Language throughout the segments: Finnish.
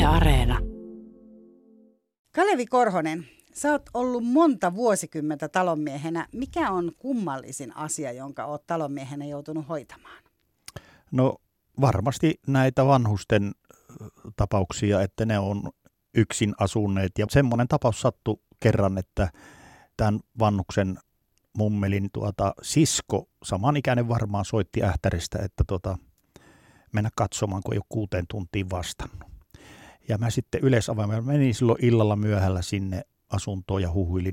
Areena. Kalevi Korhonen, sä oot ollut monta vuosikymmentä talonmiehenä. Mikä on kummallisin asia, jonka oot talonmiehenä joutunut hoitamaan? No varmasti näitä vanhusten tapauksia, että ne on yksin asuneet. Ja semmoinen tapaus sattui kerran, että tämän vannuksen mummelin sisko, samanikäinen varmaan, soitti Ähtäristä, että mennä katsomaan, kun ei ole 6 tuntiin vastannut. Ja mä sitten yleisavaimella menin silloin illalla myöhällä sinne asuntoon ja huhuilin.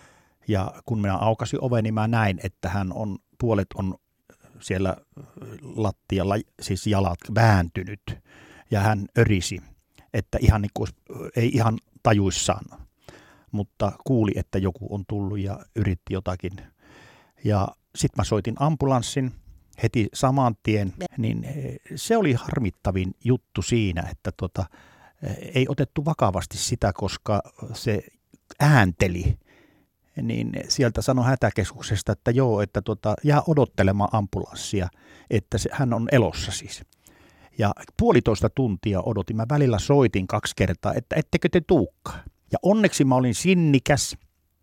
Ja kun minä aukasin oven, niin mä näin, että puolet on siellä lattialla, siis jalat vääntynyt. Ja hän örisi, että ihan niin kuin, ei ihan tajuissaan, mutta kuuli, että joku on tullut ja yritti jotakin. Ja sitten mä soitin ambulanssin heti saman tien, niin se oli harmittavin juttu siinä, että ei otettu vakavasti sitä, koska se äänteli. Niin sieltä sanoi hätäkeskuksesta, että joo, että jää odottelemaan ambulanssia, että hän on elossa siis. Ja 1,5 tuntia odotin. Mä välillä soitin 2 kertaa, että ettekö te tuukkaan. Ja onneksi mä olin sinnikäs,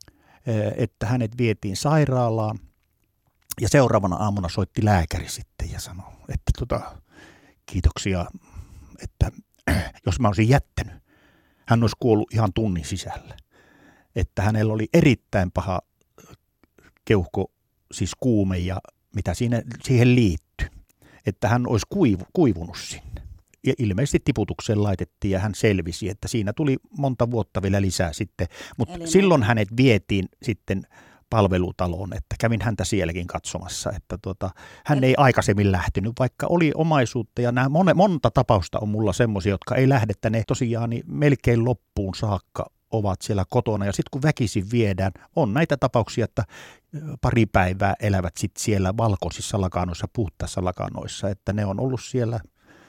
että hänet vietiin sairaalaan. Ja seuraavana aamuna soitti lääkäri sitten ja sanoi, että kiitoksia, että jos mä olisin jättänyt, hän olisi kuollut ihan tunnin sisällä. Että hänellä oli erittäin paha keuhko, siis kuume ja mitä siihen liittyi. Että hän olisi kuivunut sinne. Ja ilmeisesti tiputukseen laitettiin ja hän selvisi, että siinä tuli monta vuotta vielä lisää sitten. Mutta silloin hänet vietiin sitten palvelutaloon, että kävin häntä sielläkin katsomassa, että hän ei aikaisemmin lähtenyt, vaikka oli omaisuutta ja nämä monta tapausta on mulla semmoisia, jotka ei lähde, että ne tosiaan niin melkein loppuun saakka ovat siellä kotona ja sitten kun väkisin viedään, on näitä tapauksia, että pari päivää elävät sitten siellä valkoisissa lakanoissa, puhtaissa lakanoissa, että ne on ollut siellä,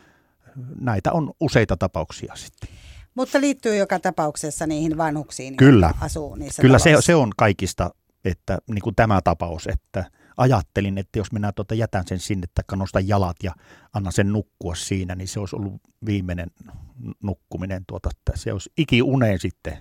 näitä on useita tapauksia sitten. Mutta liittyy joka tapauksessa niihin vanhuksiin, kyllä, jotka asuu niissä kyllä taloissa. se on kaikista, että niin kuin tämä tapaus, että ajattelin, että jos minä jätän sen sinne tai nostan jalat ja annan sen nukkua siinä, niin se olisi ollut viimeinen nukkuminen, että se olisi ikiuneen sitten.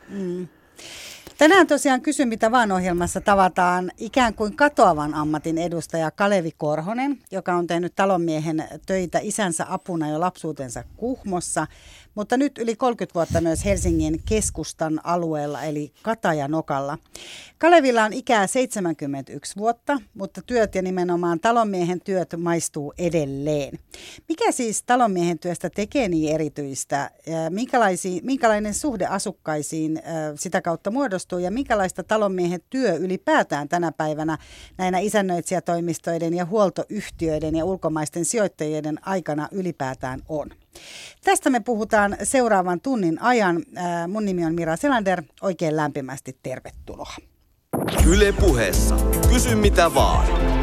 Tänään tosiaan Kysy mitä vaan -ohjelmassa tavataan ikään kuin katoavan ammatin edustaja Kalevi Korhonen, joka on tehnyt talonmiehen töitä isänsä apuna jo lapsuutensa Kuhmossa, mutta nyt yli 30 vuotta myös Helsingin keskustan alueella eli Katajanokalla. Kalevilla on ikää 71 vuotta, mutta työt ja nimenomaan talonmiehen työt maistuu edelleen. Mikä siis talonmiehen työstä tekee niin erityistä? Minkälainen suhde asukkaisiin sitä kautta muodostuu ja minkälaista talonmiehen työ ylipäätään tänä päivänä näinä isännöitsijätoimistoiden ja huoltoyhtiöiden ja ulkomaisten sijoittajien aikana ylipäätään on? Tästä me puhutaan seuraavan tunnin ajan. Mun nimi on Mira Selander. Oikein lämpimästi tervetuloa. Yle Puheessa. Kysy mitä vaan.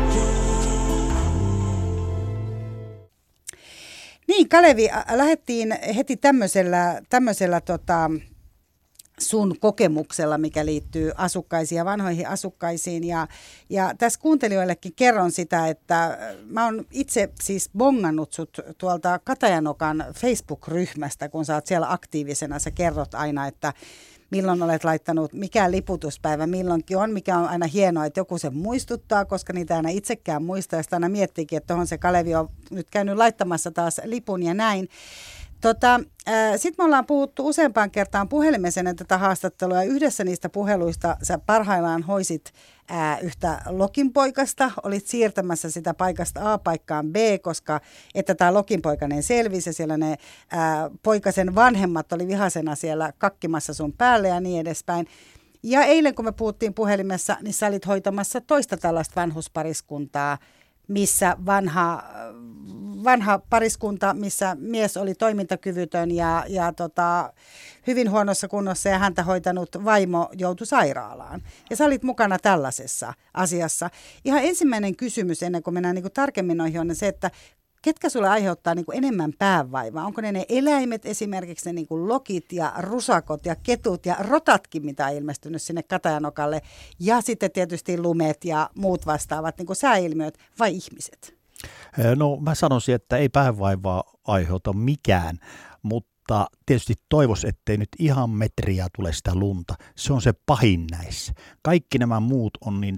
Niin, Kalevi, lähdettiin heti tämmöisellä sun kokemuksella, mikä liittyy asukkaisiin ja vanhoihin asukkaisiin. Ja tässä kuuntelijoillekin kerron sitä, että mä oon itse siis bongannut sut tuolta Katajanokan Facebook-ryhmästä, kun sä oot siellä aktiivisena. Sä kerrot aina, että milloin olet laittanut, mikä liputuspäivä milloinkin on, mikä on aina hienoa, että joku sen muistuttaa, koska niitä aina itsekään muistaa. Ja sitä aina miettiikin, että tuohon se Kalevi on nyt käynyt laittamassa taas lipun ja näin. Sitten me ollaan puhuttu useampaan kertaan puhelimessa ennen tätä haastattelua. Yhdessä niistä puheluista sä parhaillaan hoisit yhtä lokinpoikasta. Olit siirtämässä sitä paikasta A paikkaan B, koska että tämä lokinpoikainen selvisi ja siellä ne poikasen vanhemmat oli vihasena siellä kakkimassa sun päälle ja niin edespäin. Ja eilen kun me puhuttiin puhelimessa, niin sä olit hoitamassa toista tällaista vanhuspariskuntaa, missä vanha pariskunta, missä mies oli toimintakyvytön ja hyvin huonossa kunnossa ja häntä hoitanut vaimo joutui sairaalaan. Ja sä olit mukana tällaisessa asiassa. Ihan ensimmäinen kysymys ennen kuin mennään tarkemmin noihin on se, että ketkä sulle aiheuttaa enemmän päävaivaa? Onko ne eläimet, esimerkiksi ne lokit ja rusakot ja ketut ja rotatkin, mitä on ilmestynyt sinne Katajanokalle, ja sitten tietysti lumet ja muut vastaavat sääilmiöt, vai ihmiset? No mä sanoisin, että ei päävaivaa aiheuta mikään, mutta Mutta tietysti toivoisi, ettei nyt ihan metriä tule sitä lunta. Se on se pahin näissä. Kaikki nämä muut on niin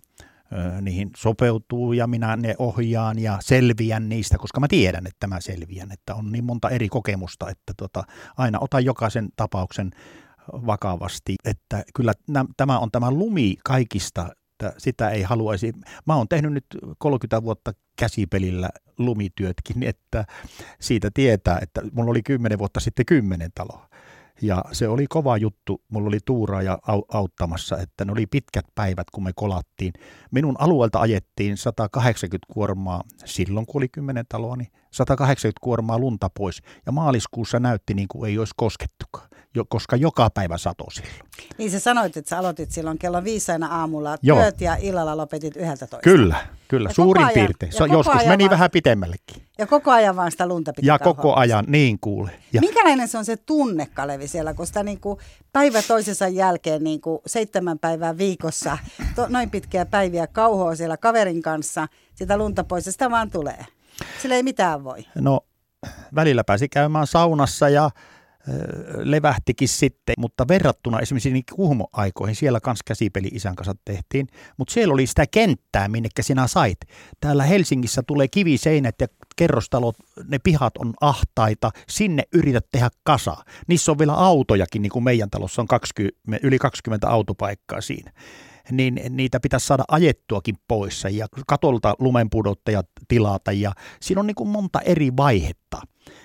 niihin sopeutuu ja minä ne ohjaan ja selviän niistä, koska mä tiedän, että mä selviän. Että on niin monta eri kokemusta, että aina otan jokaisen tapauksen vakavasti. Että kyllä tämä on tämä lumi kaikista. Sitä ei haluaisi. Mä oon tehnyt nyt 30 vuotta käsipelillä lumityötkin, että siitä tietää, että mulla oli 10 vuotta sitten 10 taloa. Ja se oli kova juttu. Mulla oli tuuraaja auttamassa, että ne oli pitkät päivät, kun me kolattiin. Minun alueelta ajettiin 180 kuormaa, silloin kun oli 10 taloa, niin 180 kuormaa lunta pois. Ja maaliskuussa näytti niin kuin ei olisi koskettukaan, koska joka päivä satoi silloin. Niin sä sanoit, että sä aloitit silloin kello 5 aina aamulla työt ja illalla lopetit 11. Kyllä, suurin piirtein. Joskus meni vähän pitemmällekin. Ja koko ajan vaan sitä lunta pitää. Ja koko ajan, niin kuule. Ja minkälainen se on se tunne, Kalevi, siellä, kun sitä niin kuin päivä toisensa jälkeen niin kuin 7 päivää viikossa, noin pitkiä päiviä kauhoa siellä kaverin kanssa, sitä lunta pois ja sitä vaan tulee. Sillä ei mitään voi. No, välillä pääsi käymään saunassa ja levähtikin sitten, mutta verrattuna esimerkiksi niin Kuhmo-aikoihin, siellä kanssa käsipeli-isän kanssa tehtiin, mutta siellä oli sitä kenttää, minnekä sinä sait. Täällä Helsingissä tulee kiviseinät ja kerrostalot, ne pihat on ahtaita, sinne yrität tehdä kasa. Niissä on vielä autojakin, niin kuin meidän talossa on yli 20 autopaikkaa siinä. Niin niitä pitäisi saada ajettuakin pois ja katolta lumenpudottajat tilata ja siinä on niin kuin monta eri vaihetta.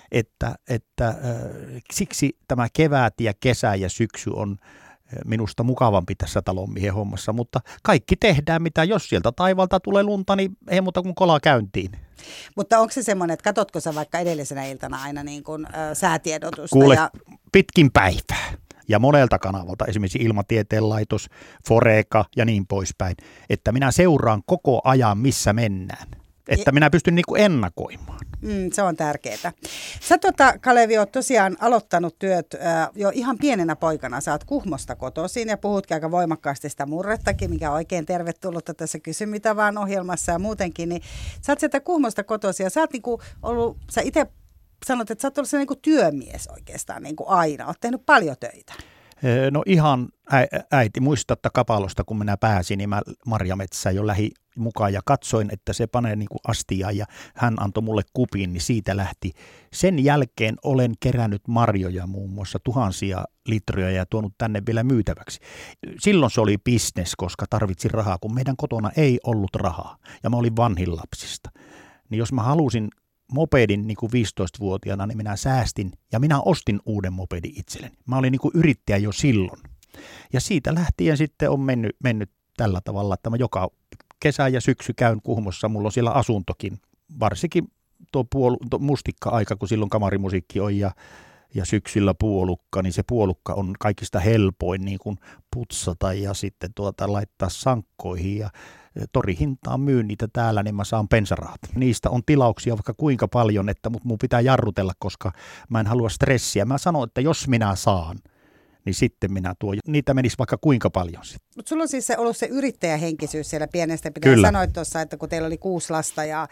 Että siksi tämä kevät ja kesä ja syksy on minusta mukavampi tässä talonmiehen hommassa, mutta kaikki tehdään, mitä jos sieltä taivalta tulee lunta, niin ei muuta kuin kola käyntiin. Mutta onko se semmoinen, että katsotko sä vaikka edellisenä iltana aina niin kuin säätiedotusta? Kuule, pitkin päivää. Ja monelta kanavalta, esimerkiksi Ilmatieteen laitos, Foreka ja niin poispäin, että minä seuraan koko ajan, missä mennään. Että minä pystyn niinku ennakoimaan. Se on tärkeää. Sä Kalevi oot tosiaan aloittanut työt jo ihan pienenä poikana. Sä oot Kuhmosta kotoisin ja puhutkin aika voimakkaasti sitä murrettakin, mikä on oikein tervetullutta tässä Kysy mitä vaan -ohjelmassa ja muutenkin. Niin sä oot sieltä Kuhmosta kotoisin ja sä oot niinku ollut, sä itse sanot, että sä oot ollut se niinku työmies oikeastaan niinku aina. Oot tehnyt paljon töitä. No ihan äiti, muistatta Kapalosta, kun minä pääsin, niin mä marjametsään jo lähdin mukaan ja katsoin, että se panee niin kuin astiaan ja hän antoi mulle kupin, niin siitä lähti. Sen jälkeen olen kerännyt marjoja muun muassa tuhansia litroja ja tuonut tänne vielä myytäväksi. Silloin se oli business, koska tarvitsin rahaa, kun meidän kotona ei ollut rahaa ja mä olin vanhin lapsista. Niin jos mä halusin mopedin niin kuin 15-vuotiaana, niin minä säästin ja minä ostin uuden mopedin itselleni. Mä olin niin kuin yrittäjä jo silloin. Ja siitä lähtien sitten on mennyt tällä tavalla, että mä joka kesä ja syksy käyn Kuhmossa. Mulla on siellä asuntokin, varsinkin tuo mustikka-aika, kun silloin kamarimusiikki on ja syksyllä puolukka, niin se puolukka on kaikista helpoin niin kuin putsata ja sitten laittaa sankkoihin ja torihintaan myyn niitä täällä, niin mä saan bensarahat. Niistä on tilauksia vaikka kuinka paljon, että mun pitää jarrutella, koska mä en halua stressiä. Mä sanon, että jos minä saan, niin sitten minä tuon. Niitä menisi vaikka kuinka paljon sitten. Mutta sulla on siis ollut se yrittäjähenkisyys siellä pienestä. Pitää sanoa tuossa, että kun teillä oli 6 lasta ja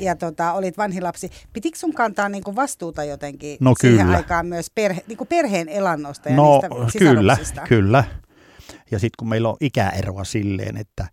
olit vanhin lapsi. Pitikö sun kantaa niinku vastuuta jotenkin siihen aikaan myös niinku perheen elannosta ja niistä sisaruksista? Kyllä. Ja sitten kun meillä on ikäeroa silleen, että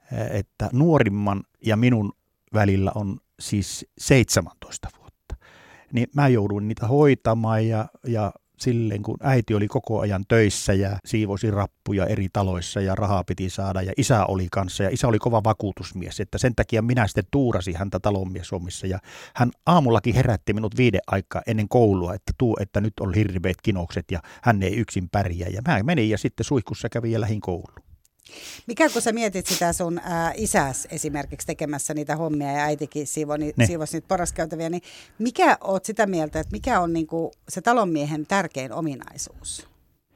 nuorimman ja minun välillä on siis 17 vuotta, niin mä jouduin niitä hoitamaan ja silleen, kun äiti oli koko ajan töissä ja siivosi rappuja eri taloissa ja rahaa piti saada ja isä oli kanssa ja isä oli kova vakuutusmies, että sen takia minä sitten tuurasin häntä talonmieshommissa ja hän aamullakin herätti minut 5 aikaa ennen koulua, että nyt on hirveät kinokset ja hän ei yksin pärjää ja mä menin ja sitten suihkussa kävin ja lähdin kouluun. Mikä kun sä mietit sitä sun isäs esimerkiksi tekemässä niitä hommia ja äitikin siivosi niitä porraskäytäviä, niin mikä oot sitä mieltä, että mikä on niinku se talonmiehen tärkein ominaisuus?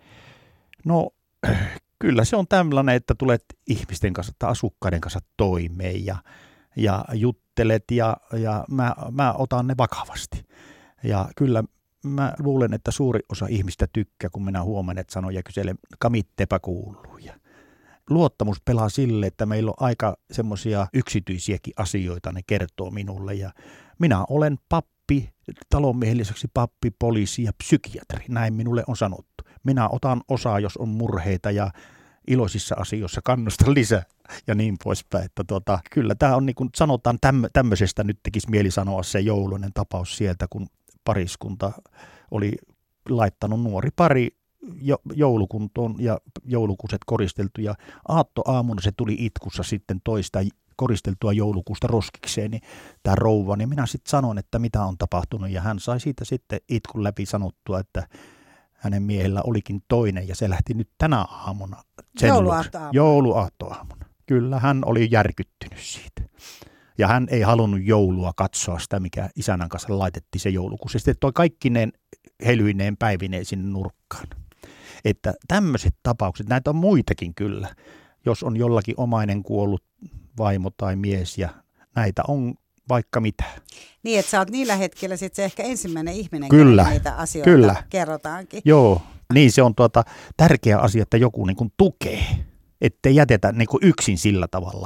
No kyllä se on tämmöinen, että tulet ihmisten kanssa tai asukkaiden kanssa toimeen ja juttelet ja mä otan ne vakavasti. Ja kyllä mä luulen, että suuri osa ihmistä tykkää, kun minä huomaan, että sanoo ja kyselen, kamittepä kuuluu. Luottamus pelaa sille, että meillä on aika semmoisia yksityisiäkin asioita, ne kertoo minulle ja minä olen pappi talonmiehen lisäksi pappi, poliisi ja psykiatri. Näin minulle on sanottu. Minä otan osaa, jos on murheita ja iloisissa asioissa kannustan lisää ja niin poispäin. Että kyllä tämä on niin kuin sanotaan tämmöisestä, nyt tekisi mieli sanoa se jouluinen tapaus sieltä, kun pariskunta oli laittanut nuori pari joulukuntoon ja joulukuuset koristeltu ja aattoaamuna se tuli itkussa sitten toista koristeltua joulukuusta roskikseen, niin tämä rouva, niin minä sitten sanoin, että mitä on tapahtunut ja hän sai siitä sitten itkun läpi sanottua, että hänen miehellä olikin toinen ja se lähti nyt tänä aamuna. Jouluaattoaamuna. Kyllä, hän oli järkyttynyt siitä. Ja hän ei halunnut joulua katsoa sitä, mikä isännän kanssa laitettiin se joulukuusi. Sitten toi kaikkineen helyineen päivineen sinne nurkkaan. Että tämmöiset tapaukset, näitä on muitakin kyllä. Jos on jollakin omainen kuollut vaimo tai mies ja näitä on vaikka mitä. Niin, että sä oot niillä hetkellä sitten se ehkä ensimmäinen ihminen, kyllä, niitä asioita kyllä kerrotaankin. Joo, niin se on tärkeä asia, että joku niin kuin tukee, ettei jätetä niin kuin yksin sillä tavalla,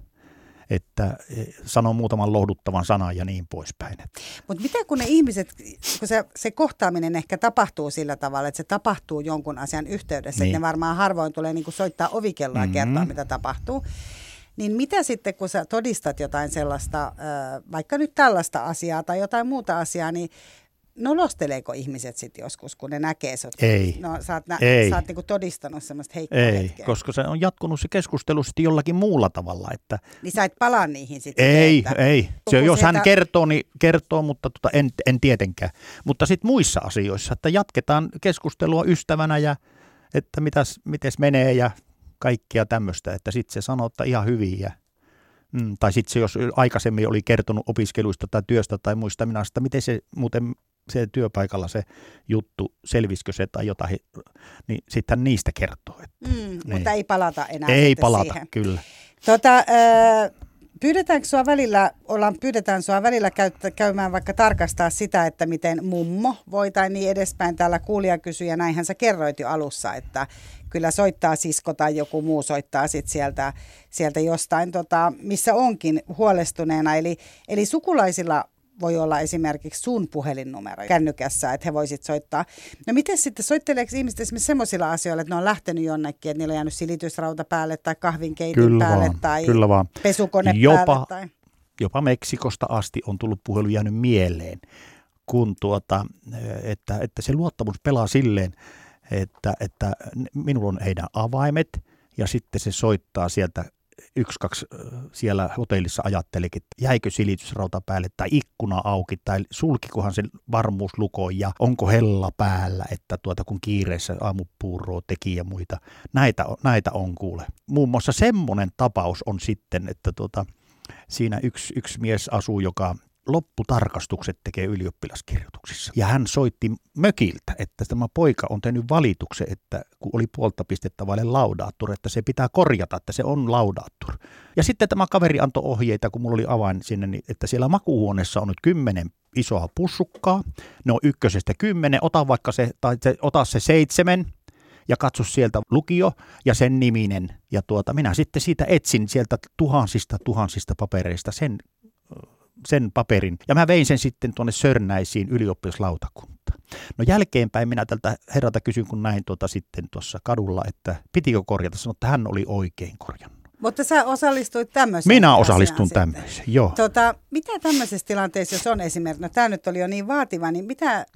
että sanoo muutaman lohduttavan sanan ja niin poispäin. Mutta mitä kun ne ihmiset, kun se kohtaaminen ehkä tapahtuu sillä tavalla, että se tapahtuu jonkun asian yhteydessä, niin. Että ne varmaan harvoin tulee niin kuin soittaa ovikelloa ja kertoa, mitä tapahtuu. Niin mitä sitten, kun sä todistat jotain sellaista, vaikka nyt tällaista asiaa tai jotain muuta asiaa, niin nolosteleeko ihmiset sitten joskus, kun ne näkee sut? Ei. No, sä oot niinku todistanut semmoista heikkoa hetkeä. Koska se on jatkunut se keskustelu sitten jollakin muulla tavalla. Että niin sä et palaa niihin sitten? Ei. Jos hän kertoo, niin kertoo, mutta en tietenkään. Mutta sitten muissa asioissa, että jatketaan keskustelua ystävänä ja että mites menee ja kaikkia tämmöistä, että sitten se sanoo, että ihan hyvin ja tai sitten se, jos aikaisemmin oli kertonut opiskeluista tai työstä tai muista, minä sitä, miten se muuten se työpaikalla se juttu, selvisikö se tai jotain, niin sitten hän niistä kertoo. Että, niin. Mutta ei palata enää ei palata, siihen. Kyllä. Pyydetään sua välillä käymään vaikka tarkastaa sitä, että miten mummo voi tai niin edespäin. Täällä kuulija kysyi ja näinhän sä kerroit jo alussa, että kyllä soittaa sisko tai joku muu soittaa sit sieltä jostain, missä onkin huolestuneena. Eli sukulaisilla voi olla esimerkiksi sun puhelinnumero kännykässä, että he voisit soittaa. No miten sitten, soitteleeko ihmiset esimerkiksi semmoisilla asioilla, että ne on lähtenyt jonnekin, että niillä on jäänyt silitysrauta päälle tai kahvinkeitin päälle tai pesukone päälle? Tai jopa Meksikosta asti on tullut puhelu jäänyt mieleen, kun että se luottamus pelaa silleen, että minulla on heidän avaimet ja sitten se soittaa sieltä 1-2 siellä hotellissa ajattelikin, että jäikö silitysrauta päälle tai ikkuna auki tai sulkikohan se varmuuslukon ja onko hella päällä, että kun kiireessä aamupuuroa teki ja muita. Näitä on kuule. Muun muassa semmoinen tapaus on sitten, että siinä yksi mies asuu, joka lopputarkastukset tekee ylioppilaskirjoituksissa. Ja hän soitti mökiltä, että tämä poika on tehnyt valituksen, että kun oli 0,5 pistettä vaille laudaattori, että se pitää korjata, että se on laudaattori. Ja sitten tämä kaveri antoi ohjeita, kun mulla oli avain sinne, että siellä makuuhuoneessa on nyt 10 isoa pussukkaa. Ne on 1-10, ota vaikka ota se 7 ja katso sieltä lukio ja sen niminen. Ja minä sitten siitä etsin sieltä tuhansista papereista sen paperin. Ja mä vein sen sitten tuonne Sörnäisiin ylioppilaslautakuntaan. No jälkeenpäin minä tältä herralta kysyin, kun näin sitten tuossa kadulla, että pitikö korjata. Sanoin, että hän oli oikein korjannut. Mutta sä osallistuit tämmöiseen. Minä osallistun tämmöiseen, joo. Mitä tämmöisessä tilanteessa, jos on esimerkiksi, no tämä nyt oli jo niin vaativa, niin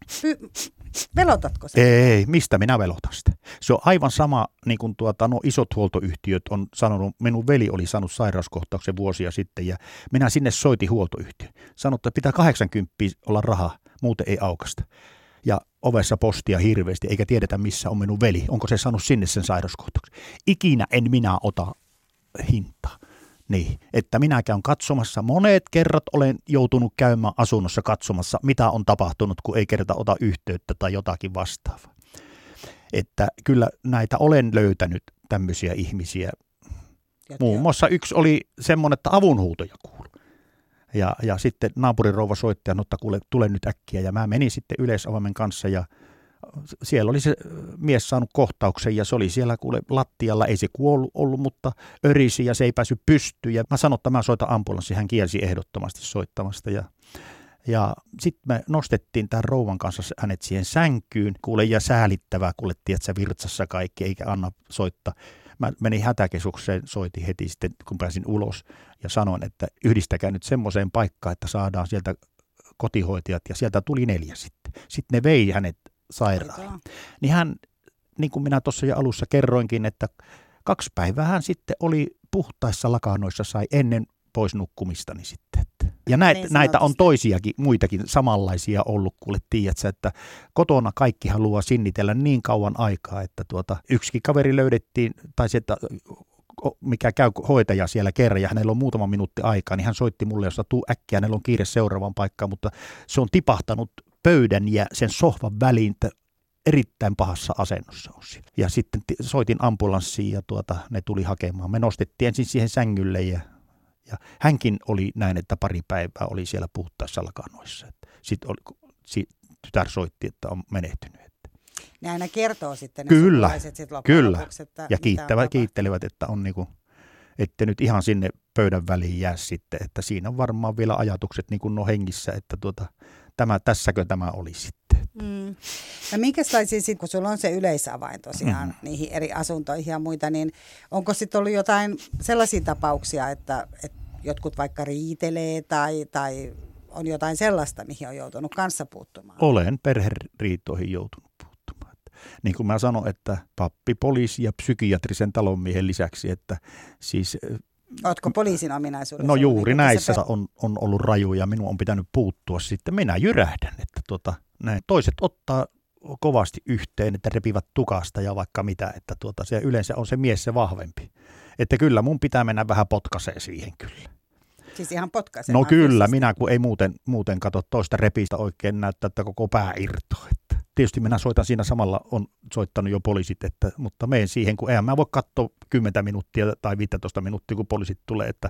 velotatko sä? Ei, mistä minä velotan sitä? Se on aivan sama, niin kuin isot huoltoyhtiöt on sanonut, minun veli oli saanut sairauskohtauksen vuosia sitten ja minä sinne soitin huoltoyhtiöön. Sanoin, että pitää 80 olla rahaa, muuten ei aukasta. Ja ovessa postia hirveästi, eikä tiedetä missä on minun veli. Onko se saanut sinne sen sairauskohtauksen? Ikinä en minä ota hintaa. Niin, että minä käyn katsomassa. Monet kerrat olen joutunut käymään asunnossa katsomassa, mitä on tapahtunut, kun ei kerta ota yhteyttä tai jotakin vastaavaa. Että kyllä näitä olen löytänyt tämmöisiä ihmisiä. Muun muassa yksi oli semmoinen, että avunhuutoja kuului. Ja sitten naapurirouva soitti, että kuule, tule nyt äkkiä. Ja mä menin sitten yleisavaimen kanssa ja siellä oli se mies saanut kohtauksen ja se oli siellä kuule lattialla, ei se kuollut ollut, mutta örisi ja se ei päässyt pystyyn. Ja mä sanoin, että mä soitan ambulanssi, hän kielsi ehdottomasti soittamasta ja Ja sitten me nostettiin tämän rouvan kanssa hänet siihen sänkyyn, kuule, ja säälittävää, kuule, tiedätkö, virtsassa kaikki, eikä anna soittaa. Mä menin hätäkeskukseen, soitin heti sitten, kun pääsin ulos, ja sanoin, että yhdistäkää nyt semmoiseen paikkaan, että saadaan sieltä kotihoitajat, ja sieltä tuli 4 sitten. Sitten ne vei hänet sairaalaan. Niin hän, niin kuin minä tuossa jo alussa kerroinkin, että 2 päivää hän sitten oli puhtaissa lakanoissa, sai ennen pois nukkumistani sitten. Ja näitä on toisiakin, muitakin samanlaisia ollut, kuule, tiedätkö, että kotona kaikki haluaa sinnitellä niin kauan aikaa, että yksikin kaveri löydettiin, tai se, että mikä käy hoitaja siellä kerran, ja hänellä on muutama minuutti aikaa, niin hän soitti mulle, jossa tuu äkkiä, hänellä on kiire seuraavaan paikkaan, mutta se on tipahtanut pöydän ja sen sohvan väliin, erittäin pahassa asennossa on siellä. Ja sitten soitin ambulanssiin, ja ne tuli hakemaan. Me nostettiin ensin siihen sängylle, ja hänkin oli näin, että 2 päivää oli siellä puhtaissa lakanoissa. Sitten tytär soitti, että on menehtynyt. Ne aina kertoo sitten ne sukulaiset sit loppujen lopuksi, että ja kiittelevät, että on niinku, ette nyt ihan sinne pöydän väliin jää sitten, että siinä on varmaan vielä ajatukset niin kuin hengissä, että tässäkö tämä oli sitten. No minkälaisia sitten, kun sulla on se yleisavain tosiaan niihin eri asuntoihin ja muita, niin onko sitten ollut jotain sellaisia tapauksia, että jotkut vaikka riitelee tai on jotain sellaista, mihin on joutunut kanssa puuttumaan? Olen perheriitoihin joutunut puuttumaan. Niin kuin mä sanon, että pappi, poliisi ja psykiatrisen talonmiehen lisäksi, että siis... Ootko poliisin ominaisuudessa? No juuri näissä on ollut raju ja minun on pitänyt puuttua sitten. Minä jyrähdän, että näin. Toiset ottaa kovasti yhteen, että repivät tukasta ja vaikka mitä, että se yleensä on se mies se vahvempi. Että kyllä mun pitää mennä vähän potkaseen siihen kyllä. Siis ihan potkaseen? No kyllä, minä kun ei muuten katso toista repistä oikein näyttää, että koko pää irtoaa. Tietysti minä soitan siinä samalla, on soittanut jo poliisit, mutta menen siihen, kun eihän mä voi katsoa 10 minuuttia tai 15 minuuttia, kun poliisit tulee, että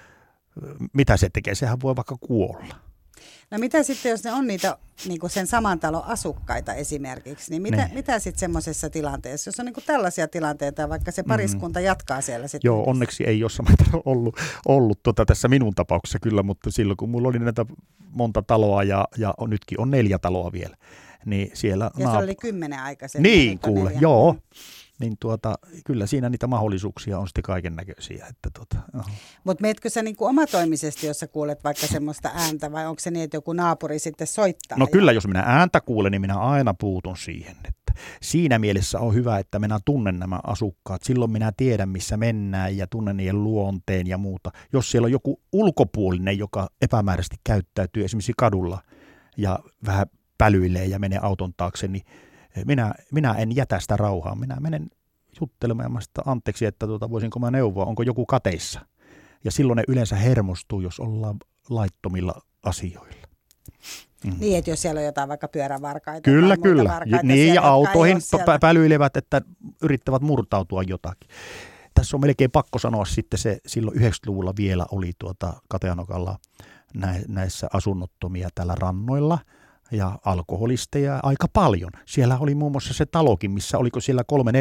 mitä se tekee, sehän voi vaikka kuolla. No mitä sitten, jos ne on niitä niin kuin sen saman talon asukkaita esimerkiksi, niin mitä sitten semmoisessa tilanteessa, jos on niin kuin tällaisia tilanteita, vaikka se pariskunta jatkaa siellä sitten? Joo, onneksi ei jossain ollut tässä minun tapauksessa kyllä, mutta silloin kun mulla oli näitä monta taloa ja nytkin on 4 taloa vielä, niin siellä... Ja se oli 10 aikaisemmin. Niin, kuule, joo. Niin kyllä siinä niitä mahdollisuuksia on sitten kaiken näköisiä. Mutta meetkö sä niinku omatoimisesti, jos sä kuulet vaikka semmoista ääntä, vai onko se niin, että joku naapuri sitten soittaa? No kyllä, jos minä ääntä kuulen, niin minä aina puutun siihen. Että siinä mielessä on hyvä, että minä tunnen nämä asukkaat. Silloin minä tiedän, missä mennään ja tunnen niiden luonteen ja muuta. Jos siellä on joku ulkopuolinen, joka epämääräisesti käyttäytyy esimerkiksi kadulla ja vähän pälyilee ja menee auton taakse, niin minä en jätä sitä rauhaa. Minä menen juttelemaan sitä anteeksi, että voisinko mä neuvoa, onko joku kateissa. Ja silloin ne yleensä hermostuu, jos ollaan laittomilla asioilla. Niin, että jos siellä on jotain vaikka pyörävarkaita. Kyllä. Niin, ja autoihin pälyilevät, että yrittävät murtautua jotakin. Tässä on melkein pakko sanoa sitten se, silloin 90-luvulla vielä oli Kateanokalla näissä asunnottomia täällä rannoilla. Ja alkoholisteja aika paljon. Siellä oli muun muassa se talokin, missä oliko siellä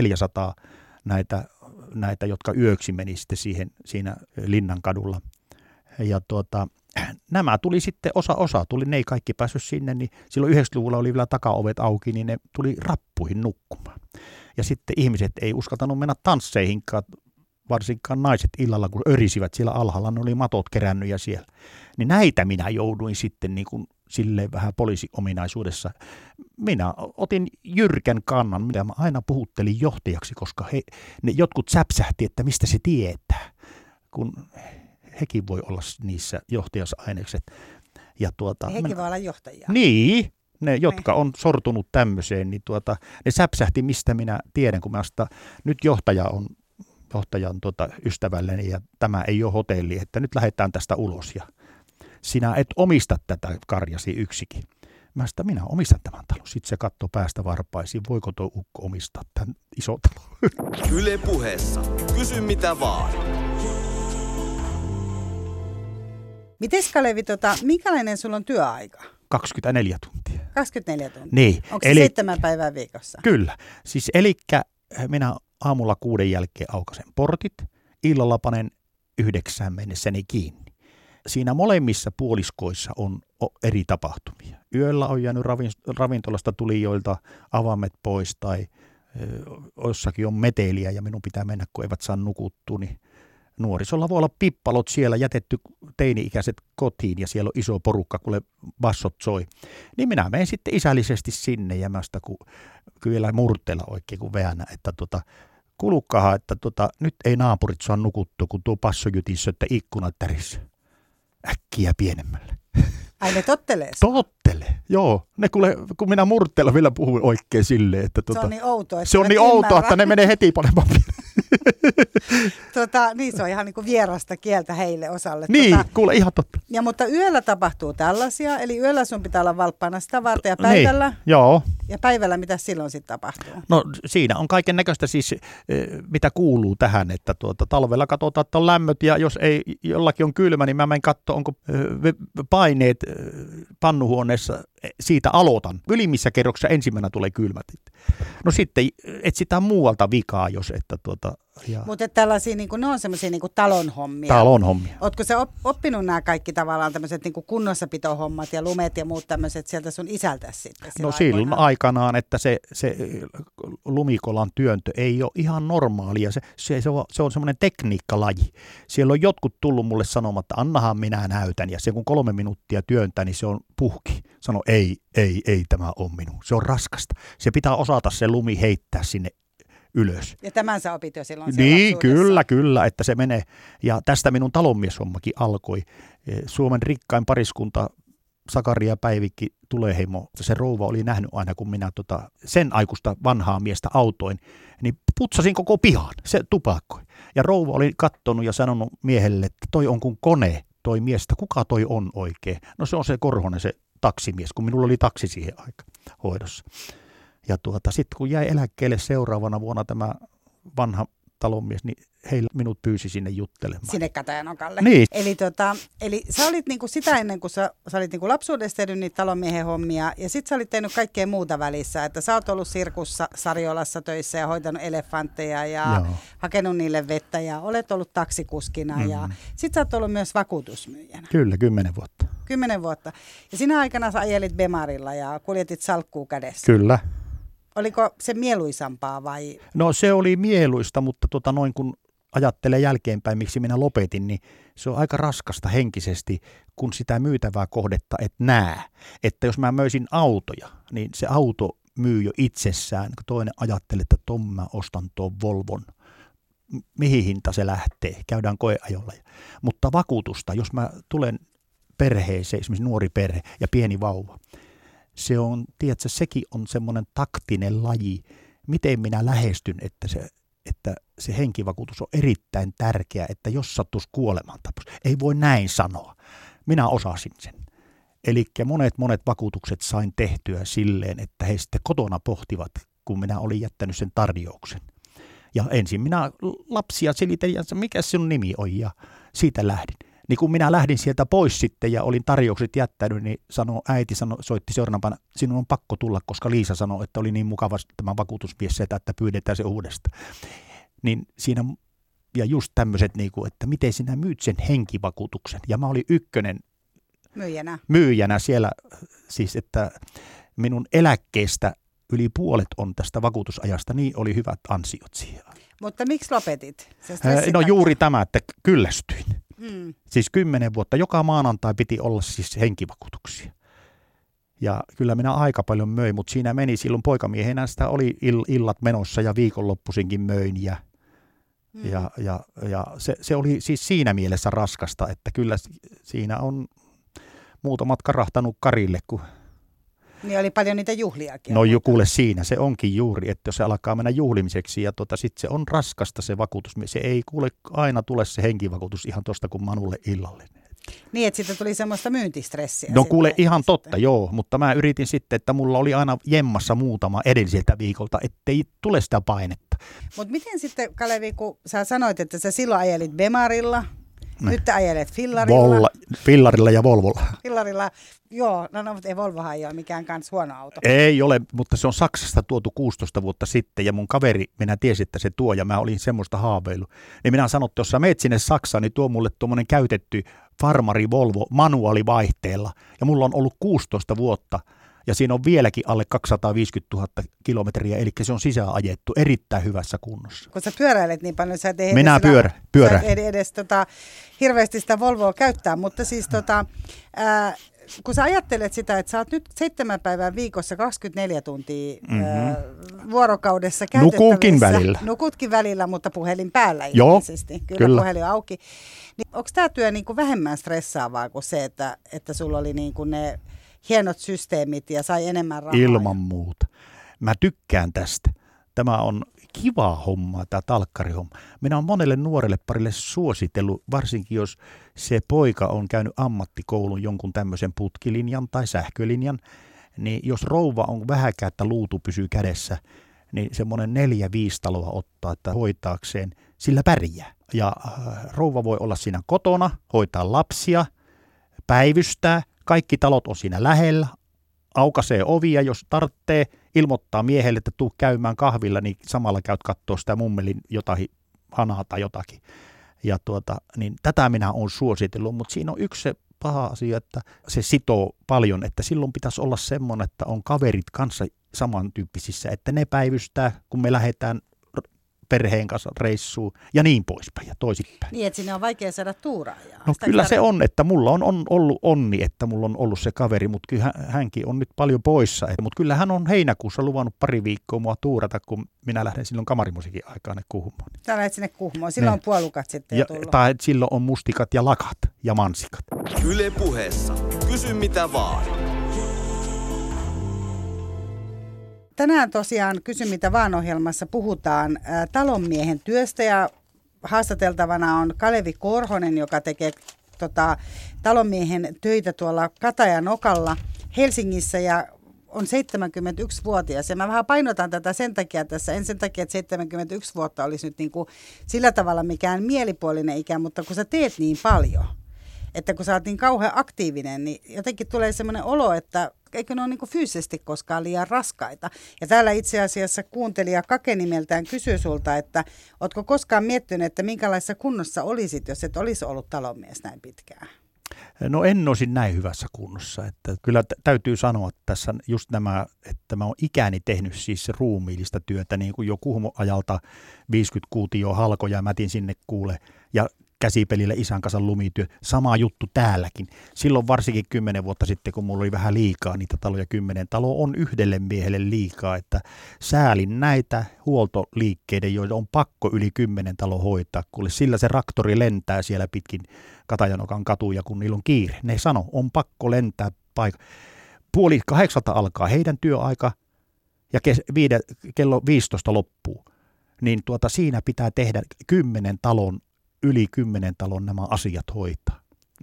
300-400 näitä, jotka yöksi meni sitten siinä Linnankadulla. Ja nämä tuli sitten osa tuli, ne ei kaikki päässyt sinne, niin silloin 90-luvulla oli vielä takaovet auki, niin ne tuli rappuihin nukkumaan. Ja sitten ihmiset ei uskaltanut mennä tansseihinkaan, varsinkaan naiset illalla, kun örisivät siellä alhaalla, ne oli matot kerännyt ja siellä. Niin näitä minä jouduin sitten niin kuin silleen vähän poliisiominaisuudessa. Minä otin jyrkän kannan, mitä mä aina puhuttelin johtajaksi, koska ne jotkut säpsähti, että mistä se tietää, kun hekin voi olla niissä johtajasainekset. Ja hekin voi olla johtajia. Niin, ne jotka on sortunut tämmöiseen, niin ne säpsähti, mistä minä tiedän, kun nyt johtaja on ystävälleni ja tämä ei ole hotelli, että nyt lähdetään tästä ulos ja sinä et omista tätä karjasi yksikin. Minä omistan tämän talon. Sitten se katsoo päästä varpaisiin. Voiko tuo ukko omistaa tämän iso talon? Yle Puheessa. Kysy mitä vaan. Mites Kalevi, minkälainen sulla on työaika? 24 tuntia. 24 tuntia? Niin. Onko se 7 päivää viikossa? Kyllä. Siis elikkä minä aamulla 6 jälkeen aukasen portit. Illalla panen 9 mennessäni kiinni. siinä molemmissa puoliskoissa on eri tapahtumia. Yöllä on jäänyt ravintolasta tulijoilta avaimet pois tai jossakin on meteliä ja minun pitää mennä, kun eivät saa nukuttua, niin nuorisolla voi olla pippalot siellä, jätetty teini-ikäiset kotiin ja siellä on iso porukka, kun bassot soi. Niin minä menen sitten isällisesti sinne ja mä sitä kyllä murteella oikein kun veänä, että kulukkahan, että nyt ei naapurit saa nukuttua, kun tuo basso jytissä, että ikkunat tärissä. Äkkiä pienemmälle. Ai ne tottelee? Tottelee, joo. Ne kun minä murteella vielä puhun oikein silleen, että se on niin outoa, että se on niin outoa, että ne menee heti panemaan. Niin se on ihan niin kuin vierasta kieltä heille osalle. Niin, kuule ihan totta. Ja mutta yöllä tapahtuu tällaisia, eli yöllä sun pitää olla valppaana sitä varten ja päivällä? Niin, joo. Ja päivällä mitä silloin sitten tapahtuu? No siinä on kaiken näköistä siis, mitä kuuluu tähän, että talvella katsotaan, että on lämmöt ja jos ei jollakin on kylmä, niin mä menen katsoa, onko paineet pannuhuoneessa, siitä aloitan. Ylimmissä kerroksissa ensimmäisenä tulee kylmät. No sitten etsitään muualta vikaa, jos että Mutta tällaisia, niin ne on semmoisia niin talonhommia. Talonhommia. Ootko sä oppinut nämä kaikki tavallaan tämmöiset niin kunnossapitohommat ja lumet ja muut tämmöiset sieltä sun isältä sitten? No silloin aikanaan, että se lumikolan työntö ei ole ihan normaalia. Se on semmoinen tekniikkalaji. Siellä on jotkut tullut mulle sanomaan, että annahan minä näytän. Ja se kun 3 minuuttia työntää, niin se on puhki. Sano ei tämä on minun. Se on raskasta. Se pitää osata se lumi heittää sinne ylös. Ja tämän sä opit jo silloin niin, kyllä, että se menee. Ja tästä minun talonmieshommakin alkoi. Suomen rikkain pariskunta Sakari ja Päivikki Tuleheimo. Se rouva oli nähnyt aina, kun minä sen aikuista vanhaa miestä autoin, niin putsasin koko pihan. Se tupakkoi. Ja rouva oli kattonut ja sanonut miehelle, että toi on kuin kone, toi mies, kuka toi on oikein? No se on se Korhonen, se taksimies, kun minulla oli taksi siihen aikaan hoidossa. Ja sitten kun jäi eläkkeelle seuraavana vuonna tämä vanha talonmies, niin minut pyysi sinne juttelemaan. Sinne Katajanokalle. Niin. Eli sä olit niinku sitä ennen kuin sä olit niinku lapsuudessa tehnyt niitä talonmiehen hommia ja sit sä olit tehnyt kaikkea muuta välissä. Että sä oot ollut sirkussa Sarjolassa töissä ja hoitanut elefantteja ja hakenut niille vettä ja olet ollut taksikuskina ja sit sä oot ollut myös vakuutusmyyjänä. Kyllä, 10 vuotta. 10 vuotta. Ja sinä aikana sä ajelit Bemarilla ja kuljetit salkkuu kädessä. Kyllä. Oliko se mieluisampaa vai? No se oli mieluista, mutta noin kun ajattelee jälkeenpäin, miksi minä lopetin, niin se on aika raskasta henkisesti, kun sitä myytävää kohdetta et näe. Että jos mä möisin autoja, niin se auto myy jo itsessään, kun toinen ajattelee, että mä ostan tuon Volvon. Mihin hinta se lähtee? Käydään koeajolla. Mutta vakuutusta, jos mä tulen perheeseen, esimerkiksi nuori perhe ja pieni vauva, se on, tiedätkö, sekin on semmoinen taktinen laji, miten minä lähestyn, että se henkivakuutus on erittäin tärkeä, että jos sattuisi kuolemantapaus, ei voi näin sanoa. Minä osasin sen. Eli monet vakuutukset sain tehtyä silleen, että he sitten kotona pohtivat, kun minä olin jättänyt sen tarjouksen. Ja ensin minä lapsia selitelin, että mikä sinun nimi on, ja siitä lähdin. Niin kun minä lähdin sieltä pois sitten ja olin tarjoukset jättänyt, niin äiti soitti seuraavana, sinun on pakko tulla, koska Liisa sanoi, että oli niin mukava tämä vakuutusmies setä, että pyydetään se uudestaan. Niin siinä, ja just tämmöiset, että miten sinä myyt sen henkivakuutuksen. Ja mä olin ykkönen myyjänä siellä, siis että minun eläkkeestä yli puolet on tästä vakuutusajasta, niin oli hyvät ansiot siihen. Mutta miksi lopetit? No juuri tämä, että kyllästyin. Siis 10 vuotta, joka maanantai piti olla siis henkivakuutuksia. Ja kyllä minä aika paljon möin, mutta siinä meni silloin poikamiehenä, sitä oli illat menossa ja viikonloppuisinkin möin. Ja se oli siis siinä mielessä raskasta, että kyllä siinä on muutamat karahtanut karille. Niin oli paljon niitä juhliakin. No kuule, siinä se onkin juuri, että jos se alkaa mennä juhlimiseksi ja sitten se on raskasta se vakuutus. Se ei kuule aina tule se henkivakuutus ihan tuosta kuin Manulle illalle. Niin, että sitten tuli semmoista myyntistressiä. No kuule, ihan totta, joo, mutta mä yritin sitten, että mulla oli aina jemmassa muutama edelliseltä viikolta, ettei tule sitä painetta. Mutta miten sitten, Kalevi, kun sä sanoit, että sä silloin ajelit Bemarilla Nyt te ajelet fillarilla. Fillarilla ja Volvolla. Fillarilla, joo, no mutta ei Volvohan ei ole mikään kans huono auto. Ei ole, mutta se on Saksasta tuotu 16 vuotta sitten ja mun kaveri, minä tiesin, että se tuo ja mä olin semmoista haaveillut. Niin minä sanoin, että jos sä meet sinne Saksaan, niin tuo mulle tuommoinen käytetty farmari Volvo manuaalivaihteella ja mulla on ollut 16 vuotta. Ja siinä on vieläkin alle 250 000 kilometriä, eli se on sisäänajettu erittäin hyvässä kunnossa. Kun sä pyöräilet niin paljon, sä et edes, Minä pyörä. Sä et edes hirveästi sitä Volvoa käyttää, mutta siis kun sä ajattelet sitä, että sä oot nyt 7 päivää viikossa 24 tuntia vuorokaudessa käytettävissä. Nukutkin välillä, mutta puhelin päällä ilmeisesti. Kyllä. Puhelin on auki. Niin onko tämä työ niinku vähemmän stressaavaa kuin se, että sulla oli niinku ne hienot systeemit ja sai enemmän rahaa? Ilman muuta. Mä tykkään tästä. Tämä on kiva homma, tämä talkkarihomma. Minä olen monelle nuorelle parille suositellut, varsinkin jos se poika on käynyt ammattikoulun jonkun tämmöisen putkilinjan tai sähkölinjan, niin jos rouva on vähäkään, että luutu pysyy kädessä, niin semmoinen 4-5 taloa ottaa, että hoitaakseen, sillä pärjää. Ja rouva voi olla siinä kotona, hoitaa lapsia, päivystää, kaikki talot on siinä lähellä, aukaisee ovia, jos tarvitsee, ilmoittaa miehelle, että tuu käymään kahvilla, niin samalla käyt kattoo sitä mummelin jotain hanaa tai jotakin. Ja niin tätä minä olen suositellut, mutta siinä on yksi se paha asia, että se sitoo paljon, että silloin pitäisi olla semmoinen, että on kaverit kanssa samantyyppisissä, että ne päivystää, kun me lähdetään perheen kanssa reissuun ja niin poispäin ja toisinpäin. Niin, että sinne on vaikea saada tuuraajaa. No kyllä se on, että mulla on ollut onni, että mulla on ollut se kaveri, mutta kyllä hänkin on nyt paljon poissa. Mutta kyllä hän on heinäkuussa luvannut 2 viikkoa mua tuurata, kun minä lähden silloin kamarimusiikin aikaan Kuhmoon. Sä lähdet sinne Kuhmoon, silloin on puolukat sitten jo tullut. Tai silloin on mustikat ja lakat ja mansikat. Yle Puheessa. Kysy mitä vaan. Tänään tosiaan Kysy mitä vaan -ohjelmassa puhutaan talonmiehen työstä ja haastateltavana on Kalevi Korhonen, joka tekee talonmiehen töitä tuolla Katajanokalla Helsingissä ja on 71-vuotias. Ja mä vähän painotan tätä sen takia tässä, en sen takia, että 71 vuotta olisi nyt niin kuin sillä tavalla mikään mielipuolinen ikä, mutta kun sä teet niin paljon, että kun sä oot niin kauhean aktiivinen, niin jotenkin tulee semmoinen olo, että eikö ne ole niin kuin fyysisesti koskaan liian raskaita. Ja täällä itse asiassa kuuntelija Kake nimeltään kysyy sulta, että ootko koskaan miettinyt, että minkälaisessa kunnossa olisit, jos et olisi ollut talonmies näin pitkään? No en olisi näin hyvässä kunnossa. Että kyllä täytyy sanoa että tässä just nämä, että mä oon ikäni tehnyt siis ruumiillista työtä, niin kuin jo Kuhmo-ajalta 50 kuutio halkoja mätin sinne kuule ja käsipelillä isän kanssa lumityö. Sama juttu täälläkin. Silloin varsinkin 10 vuotta sitten, kun mulla oli vähän liikaa niitä taloja, 10 taloa on yhdelle miehelle liikaa, että säälin näitä huoltoliikkeiden, joita on pakko yli 10 talo hoitaa, kun sillä se traktori lentää siellä pitkin Katajanokan katuja, kun niillä on kiire. Ne sano, on pakko lentää paikka. 7:30 alkaa heidän työaika ja kello 15 loppuu. Niin siinä pitää tehdä 10 talon yli 10 talon nämä asiat hoitaa.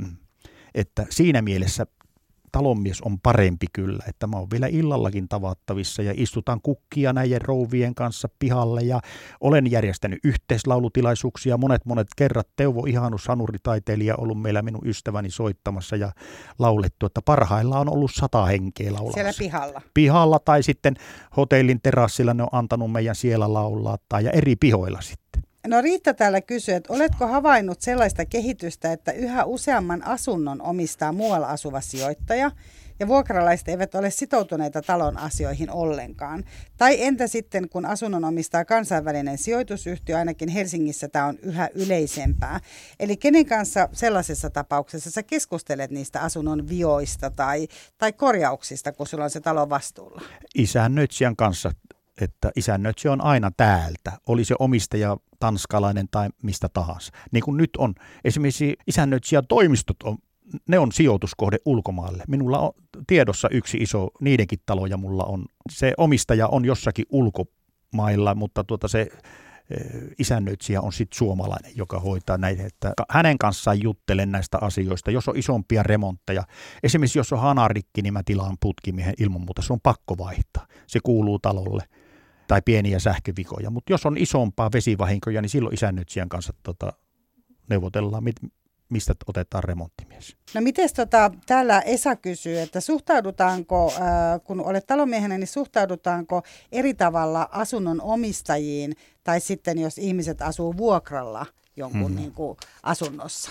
Että siinä mielessä talonmies on parempi kyllä, että mä oon vielä illallakin tavattavissa ja istutaan kukkia näiden rouvien kanssa pihalle ja olen järjestänyt yhteislaulutilaisuuksia monet kerrat. Teuvo Ihanus, sanuritaiteilija, ollut meillä minun ystäväni soittamassa ja laulettu, että parhaillaan on ollut 100 henkeä laulamassa. Siellä pihalla? Pihalla tai sitten hotellin terassilla ne on antanut meidän siellä laulaa tai ja eri pihoilla sitten. No Riitta täällä kysyy, että oletko havainnut sellaista kehitystä, että yhä useamman asunnon omistaa muualla asuva sijoittaja ja vuokralaiset eivät ole sitoutuneita talon asioihin ollenkaan? Tai entä sitten, kun asunnon omistaa kansainvälinen sijoitusyhtiö, ainakin Helsingissä tämä on yhä yleisempää. Eli kenen kanssa sellaisessa tapauksessa sä keskustelet niistä asunnon vioista tai korjauksista, kun sulla on se talo vastuulla? Isännöitsijän kanssa. Että isännöitsijä on aina täältä, oli se omistaja tanskalainen tai mistä tahansa. Niin kuin nyt on esimerkiksi isännöitsijätoimistot, ne on sijoituskohde ulkomaille. Minulla on tiedossa yksi iso, niidenkin taloja mulla on. Se omistaja on jossakin ulkomailla, mutta se isännöitsijä on sitten suomalainen, joka hoitaa näitä. Että hänen kanssaan juttelen näistä asioista, jos on isompia remontteja. Esimerkiksi jos on hanarikki, niin mä tilaan putkimiehen ilman muuta. Se on pakko vaihtaa. Se kuuluu talolle. Tai pieniä sähkövikoja. Mutta jos on isompaa vesivahinkoja, niin silloin isännöitsijän kanssa neuvotellaan, mistä otetaan remonttimies. No mites täällä Esa kysyy, että suhtaudutaanko, kun olet talonmiehenä, niin suhtaudutaanko eri tavalla asunnon omistajiin tai sitten jos ihmiset asuu vuokralla jonkun niin kuin asunnossa?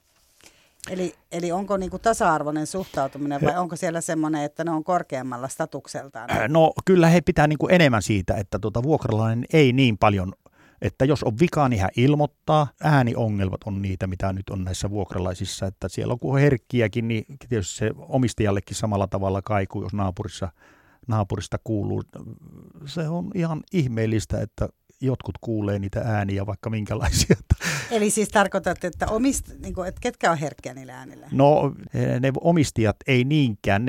Eli onko niin kuin tasa-arvoinen suhtautuminen vai onko siellä semmoinen, että ne on korkeammalla statukseltaan? No kyllä he pitää niin kuin enemmän siitä, että vuokralainen ei niin paljon, että jos on vika, niin hän ilmoittaa. Ääniongelmat on niitä, mitä nyt on näissä vuokralaisissa, että siellä on kun herkkiäkin, niin tietysti se omistajallekin samalla tavalla kaikuu, jos naapurista kuuluu. Se on ihan ihmeellistä, että jotkut kuulee niitä ääniä, vaikka minkälaisia. Eli siis tarkoitat, että että ketkä on herkkiä niillä äänillä? No ne omistajat ei niinkään.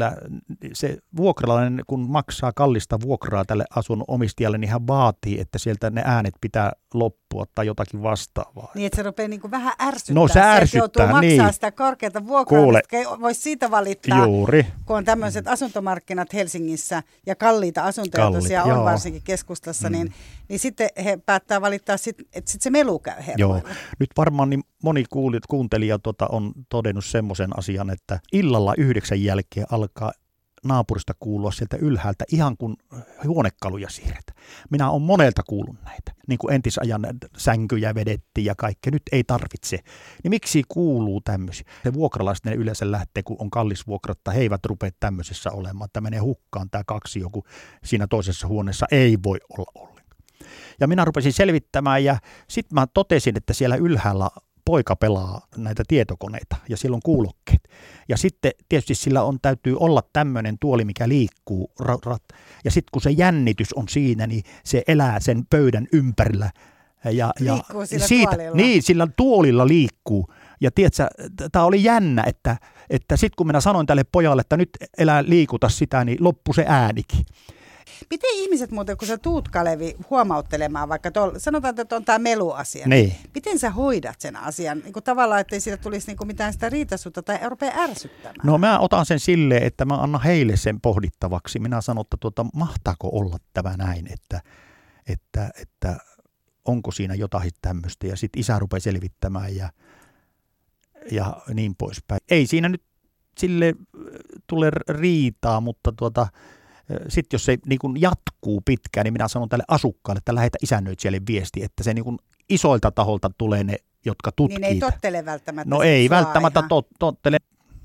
Se vuokralainen, kun maksaa kallista vuokraa tälle asunnon omistajalle, niin hän vaatii, että sieltä ne äänet pitää loppua tai jotakin vastaavaa. Niin, että se rupeaa niin kuin vähän ärsyttää. No se ärsyttää, joutuu niin. maksaa sitä korkeata vuokraa, että voisi siitä valittaa. Juuri. Kun on tämmöiset asuntomarkkinat Helsingissä ja kalliita asuntoja tosiaan on varsinkin keskustassa, niin sitten he päättää valittaa, että sitten se melu käy hermoille. Joo. Nyt varmaan niin moni kuuntelija on todennut semmoisen asian, että illalla 9 jälkeen alkaa naapurista kuulua sieltä ylhäältä ihan kun huonekaluja siirretään. Minä olen monelta kuullut näitä, niin kuin entisajan sänkyjä vedettiin ja kaikkea, nyt ei tarvitse. Niin miksi kuuluu tämmöisiä? Se vuokralaiset ne yleensä lähtee, kun on kallis vuokratta, he eivät rupea tämmöisessä olemaan, että menee hukkaan tämä 2 joku siinä toisessa huoneessa ei voi olla ollenkaan. Ja minä rupesin selvittämään ja sitten mä totesin, että siellä ylhäällä poika pelaa näitä tietokoneita ja siellä on kuulokkeet. Ja sitten tietysti sillä täytyy olla tämmöinen tuoli, mikä liikkuu. Ja sitten kun se jännitys on siinä, niin se elää sen pöydän ympärillä. Liikkuu sillä tuolilla. Niin, sillä tuolilla liikkuu. Ja tiedätkö, tämä oli jännä, että sitten kun minä sanoin tälle pojalle, että nyt elää liikuta sitä, niin loppui se äänikin. Miten ihmiset muuten, kun sä tuut, Kalevi, huomauttelemaan, vaikka sanotaan, että on tämä meluasia, niin miten sä hoidat sen asian? Niin kuin tavallaan, ettei siitä tulisi niin kuin mitään sitä riitaisuutta tai rupea ärsyttämään. No mä otan sen silleen, että mä annan heille sen pohdittavaksi. Minä sanon, että mahtaako olla tämä näin, että onko siinä jotain tämmöistä. Ja sitten isä rupeaa selvittämään ja niin poispäin. Ei siinä nyt sille tule riitaa, mutta sitten jos se niin kun jatkuu pitkään, niin minä sanon tälle asukkaalle, että lähetä isännöitsijälle viesti, että se niin kun isoilta taholta tulee ne, jotka tutkii. Niin ei tottele välttämättä. No ei välttämättä tottele.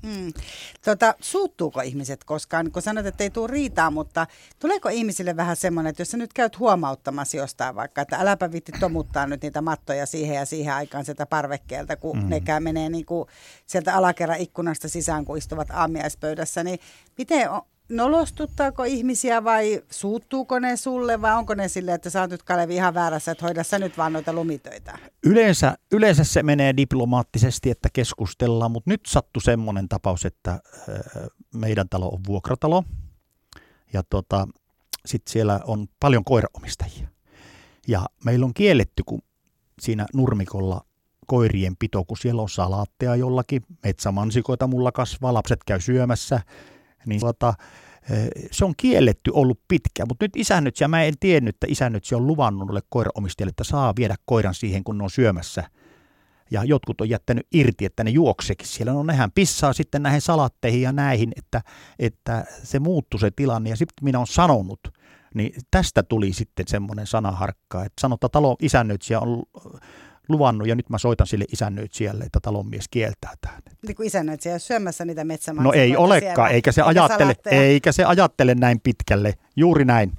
Suuttuuko ihmiset koskaan, kun sanot, että ei tule riitaa, mutta tuleeko ihmisille vähän semmoinen, että jos sä nyt käyt huomauttamassa jostain vaikka, että äläpä vitti tomuttaa nyt niitä mattoja siihen ja siihen aikaan sieltä parvekkeelta, kun ne menee niin kuin sieltä alakerran ikkunasta sisään, kun istuvat aamiaispöydässä, niin miten nolostuttaako ihmisiä vai suuttuuko ne sulle vai onko ne silleen, että sä oot nyt, Kalevi, ihan väärässä, että hoida sä nyt vaan noita lumitöitä? Yleensä se menee diplomaattisesti, että keskustellaan, mutta nyt sattui semmoinen tapaus, että meidän talo on vuokratalo ja sitten siellä on paljon koiraomistajia. Ja meillä on kielletty, kun siinä nurmikolla koirien pito, kun siellä on salaatteja jollakin, metsämansikoita mulla kasvaa, lapset käy syömässä. Niin se on kielletty ollut pitkään, mutta nyt isännöitsijä, mä en tiennyt, että isännöitsijä on luvannut noille koiraomistajille, että saa viedä koiran siihen, kun ne on syömässä. Ja jotkut on jättänyt irti, että ne juoksekin siellä. No nehän pissaa sitten näihin salatteihin ja näihin, että se muuttui se tilanne. Ja sitten minä olen sanonut, niin tästä tuli sitten semmoinen sanaharkka, että sanotaan talon isännöitsijä on luvannut, ja nyt mä soitan sille isännöitsijälle, että talonmies kieltää tämän. Niin kuin isännöitsijä on syömässä niitä metsämansikoita. No ei olekaan, eikä se ajattele näin pitkälle. Juuri näin.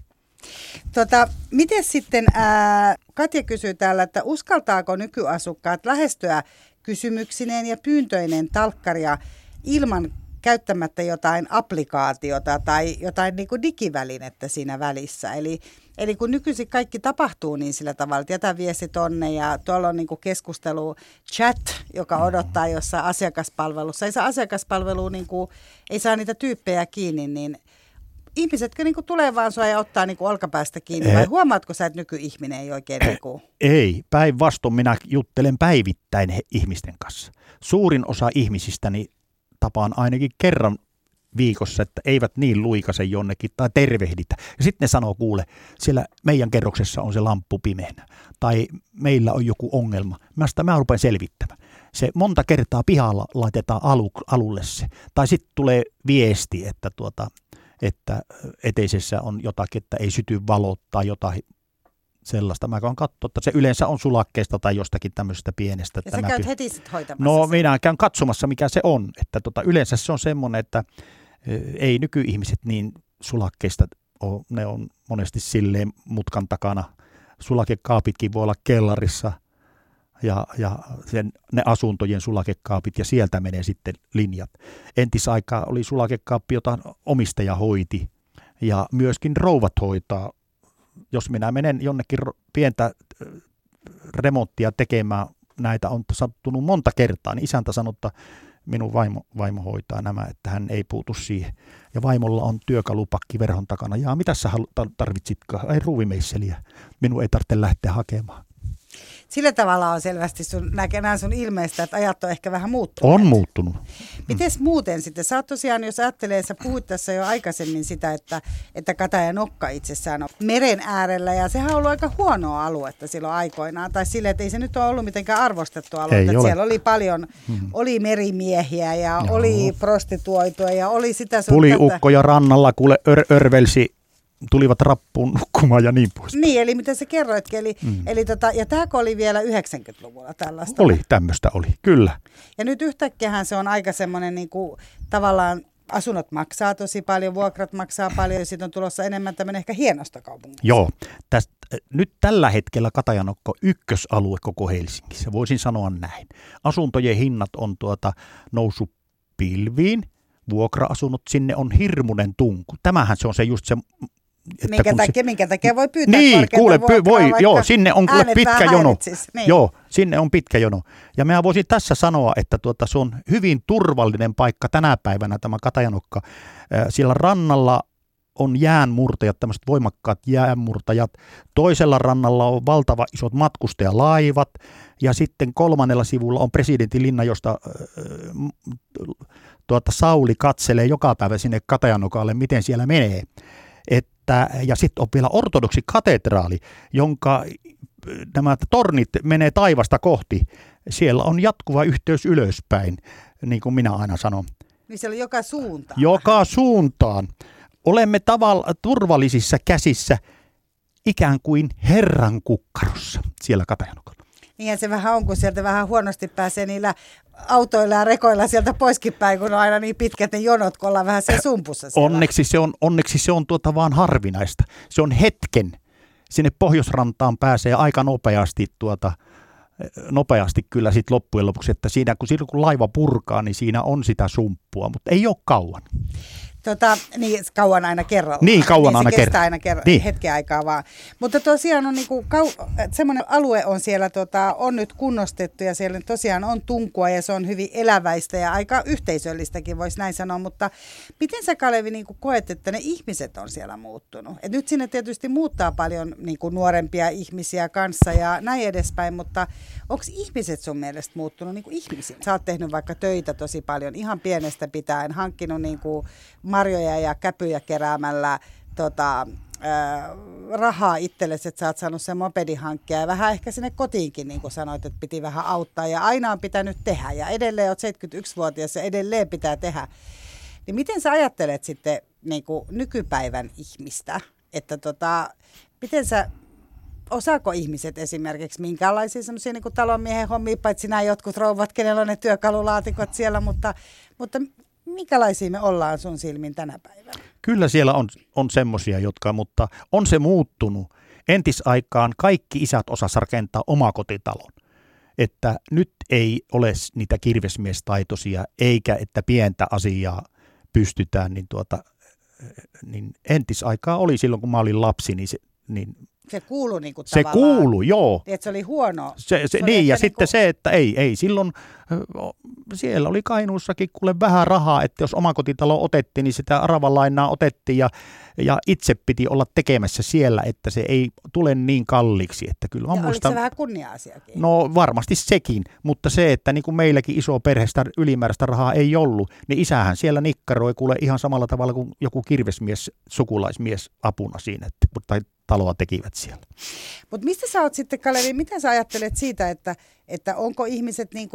Miten sitten, Katja kysyy täällä, että uskaltaako nykyasukkaat lähestyä kysymyksineen ja pyyntöineen talkkaria ilman käyttämättä jotain applikaatiota tai jotain niin kuin digivälinettä siinä välissä. Eli kun nykyisin kaikki tapahtuu niin sillä tavalla, että jätä viesti tonne ja tuolla on niin kuin keskustelu chat, joka odottaa jossain asiakaspalvelussa. Ei saa asiakaspalvelua, niin kuin, ei saa niitä tyyppejä kiinni, niin ihmisetkö niin kuin tulee vaan sua ja ottaa niin kuin olkapäästä kiinni vai huomaatko sä, että nykyihminen ei oikein niin kuin... Ei, päinvastoin minä juttelen päivittäin ihmisten kanssa. Suurin osa ihmisistäni tapaan ainakin kerran viikossa, että eivät niin luikase jonnekin tai tervehditä. Ja sitten ne sanoo, kuule, siellä meidän kerroksessa on se lamppu pimeänä tai meillä on joku ongelma. Mä rupean selvittämään. se monta kertaa pihalla laitetaan alulle se. Tai sitten tulee viesti, että eteisessä on jotakin, että ei syty valot tai jotain sellaista. Mä käyn katsoa, että se yleensä on sulakkeesta tai jostakin tämmöisestä pienestä. Ja sä käyt heti sitten hoitamassa No sen. minä käyn katsomassa, mikä se on. Että yleensä se on semmoinen, että ei nykyihmiset niin sulakkeista ole. Ne on monesti silleen mutkan takana. Sulakekaapitkin voi olla kellarissa ja ne asuntojen sulakekaapit ja sieltä menee sitten linjat. Entisaikaa oli sulakekaappi, jota omistaja hoiti ja myöskin rouvat hoitaa. Jos minä menen jonnekin pientä remonttia tekemään, näitä on sattunut monta kertaa, niin isäntä sanoi, että minun vaimo hoitaa nämä, että hän ei puutu siihen. Ja vaimolla on työkalupakki verhon takana. Ja mitä sä tarvitsitkaan? Ei ruuvimeisseliä. Minun ei tarvitse lähteä hakemaan. Sillä tavalla on selvästi nämä sun ilmeistä, että ajat on ehkä vähän muuttunut. On muuttunut. Mites muuten sitten? Sä oot tosiaan, jos ajattelee, sä puhuit tässä jo aikaisemmin sitä, että Katajanokka itsessään on meren äärellä, ja sehän on ollut aika huonoa aluetta silloin aikoinaan, tai silleen, että ei se nyt ole ollut mitenkään arvostettu aluetta. Siellä oli paljon, oli merimiehiä ja oli prostituoituja ja oli sitä sun Puliukkoja rannalla, kuule örvelsi, tulivat rappuun nukkumaan ja niin pois. Niin, eli mitä sä kerroitkin, ja tämäkö oli vielä 90-luvulla tällaista? Oli, tämmöistä oli, kyllä. Ja nyt yhtäkkiähän se on aika semmoinen niinku, tavallaan asunnot maksaa tosi paljon, vuokrat maksaa paljon ja siitä on tulossa enemmän tämmöinen ehkä hienostokaupunki. Joo, nyt tällä hetkellä Katajanokka on ykkösalue koko Helsingissä, voisin sanoa näin. Asuntojen hinnat on noussut pilviin, vuokra-asunnot, sinne on hirmuinen tunku. Tämähän se on se just se... Minkä takia voi pyytää niin, korkeata vuokraa, joo, sinne on kuule pitkä jono. Niin. Joo, sinne on pitkä jono. Ja mä voisin tässä sanoa, että se on hyvin turvallinen paikka tänä päivänä tämä Katajanokka. Siellä rannalla on jäänmurtajat, tämmöiset voimakkaat jäänmurtajat. Toisella rannalla on valtava isot matkustajalaivat ja sitten kolmannella sivulla on presidentin linna, josta Sauli katselee joka päivä sinne Katajanokalle, miten siellä menee. Ja sitten on vielä ortodoksi katedraali, jonka nämä tornit menee taivasta kohti. Siellä on jatkuva yhteys ylöspäin, niin kuin minä aina sanon. Niin siellä on joka suuntaan. Joka suuntaan. Olemme turvallisissa käsissä ikään kuin Herran kukkarossa siellä Katajanokalla. Niinhän se vähän on, kun sieltä vähän huonosti pääsee niillä autoilla ja rekoilla sieltä poiskin päin, kun on aina niin pitkät ne jonot, kun ollaan vähän siellä sumpussa siellä. Onneksi se on vaan harvinaista. Se on hetken. Sinne Pohjoisrantaan pääsee aika nopeasti kyllä sit loppujen lopuksi, että siinä kun laiva purkaa, niin siinä on sitä sumppua, mutta ei ole kauan. Niin kauan aina kerralla. Niin, kauan aina kerralla. Kestää aina niin. Hetken aikaa vaan. Mutta tosiaan on niinku, semmoinen alue on siellä on nyt kunnostettu ja siellä tosiaan on tunkua ja se on hyvin eläväistä ja aika yhteisöllistäkin voisi näin sanoa. Mutta miten sä, Kalevi, niinku koet, että ne ihmiset on siellä muuttunut? Et nyt sinne tietysti muuttaa paljon niinku nuorempia ihmisiä kanssa ja näin edespäin, mutta onko ihmiset sun mielestä muuttunut niinku ihmisiä? Sä oot tehnyt vaikka töitä tosi paljon ihan pienestä pitäen, hankkinut niinku marjoja ja käpyjä keräämällä rahaa itsellesi, että sä oot saanut sen mopedin hankkia ja vähän ehkä sinne kotiinkin, niin kuin sanoit, että piti vähän auttaa ja aina on pitänyt tehdä ja edelleen oot 71-vuotias ja edelleen pitää tehdä. Niin miten sä ajattelet sitten niin kuin nykypäivän ihmistä, että miten sä, osaako ihmiset esimerkiksi minkälaisia semmoisia niin kuin talonmiehen hommia, paitsi nämä jotkut rouvat, kenellä on ne työkalulaatikot siellä, mutta minkälaisia me ollaan sun silmin tänä päivänä? Kyllä siellä on semmoisia, mutta on se muuttunut. Entisaikaan kaikki isät osasivat rakentaa omakotitalon. Että nyt ei ole niitä kirvesmiestaitoisia, eikä että pientä asiaa pystytään. Niin entisaikaa oli silloin, kun mä olin lapsi, se kuului niinku tavallaan. Se kuului, joo. Että se oli huono. Se niin, ja sitten se, että ei silloin, siellä oli Kainuussakin kuule vähän rahaa, että jos omakotitalo otettiin, niin sitä aravalainaa otettiin ja itse piti olla tekemässä siellä, että se ei tule niin kalliiksi. Että kyllä mä muistan, oliko se vähän kunnia-asiakin? No varmasti sekin, mutta se, että niin kuin meilläkin iso perheestä ylimääräistä rahaa ei ollut, niin isähän siellä nikkaroi kuule ihan samalla tavalla kuin joku kirvesmies, sukulaismies apuna siinä, tai taloa tekivät siellä. Mutta mistä sä oot sitten, Kalevi, mitä sä ajattelet siitä, että onko ihmiset niin kuin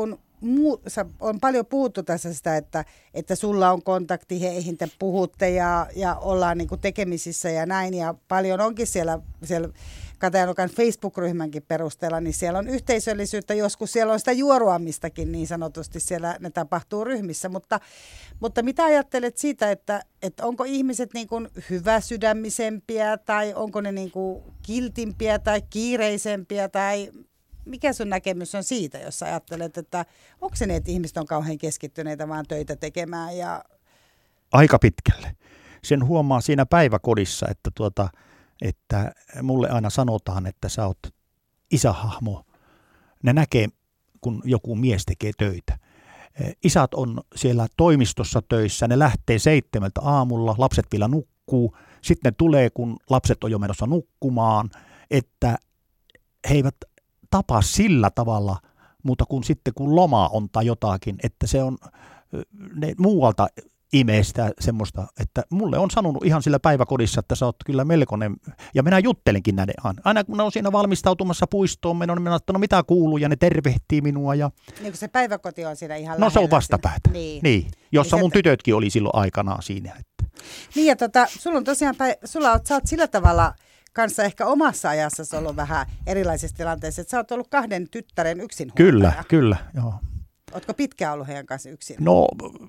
on paljon puhuttu tässä sitä, että sulla on kontakti heihin, te puhutte ja ollaan niin kuin tekemisissä ja näin. Ja paljon onkin siellä Kata ja Nokan Facebook-ryhmänkin perusteella, niin siellä on yhteisöllisyyttä. Joskus siellä on sitä juoruamistakin niin sanotusti, siellä ne tapahtuu ryhmissä. Mutta mitä ajattelet siitä, että onko ihmiset niin kuin hyväsydämisempiä tai onko ne niin kuin kiltimpiä tai kiireisempiä tai mikä sun näkemys on siitä, jos ajattelet, että onko se ne, että ihmiset on kauhean keskittyneitä vaan töitä tekemään? Aika pitkälle. Sen huomaa siinä päiväkodissa, että mulle aina sanotaan, että sä oot isähahmo. Ne näkee, kun joku mies tekee töitä. Isät on siellä toimistossa töissä, ne lähtee 7 aamulla, lapset vielä nukkuu. Sitten ne tulee, kun lapset on jo menossa nukkumaan, että he eivät tapaa sillä tavalla, mutta kun sitten kun loma on tai jotakin, että se on, ne muualta imee sitä semmoista, että mulle on sanonut ihan sillä päiväkodissa, että sä oot kyllä melkoinen, ja minä juttelenkin näiden aina kun ne on siinä valmistautumassa puistoon menoon, niin minä sanon, mitä kuuluu, ja ne tervehtii minua. Ja niin kun se päiväkoti on siinä ihan no se on vastapäätä, niin. Jossa mun tytötkin oli silloin aikanaan siinä. Että. Niin ja sulla on tosiaan, sä oot sillä tavalla kanssa ehkä omassa ajassa ollut vähän erilaisissa tilanteissa, että sä oot ollut 2 tyttären yksinhuoltaja. Kyllä, joo. Ootko pitkään ollut heidän kanssa yksin? No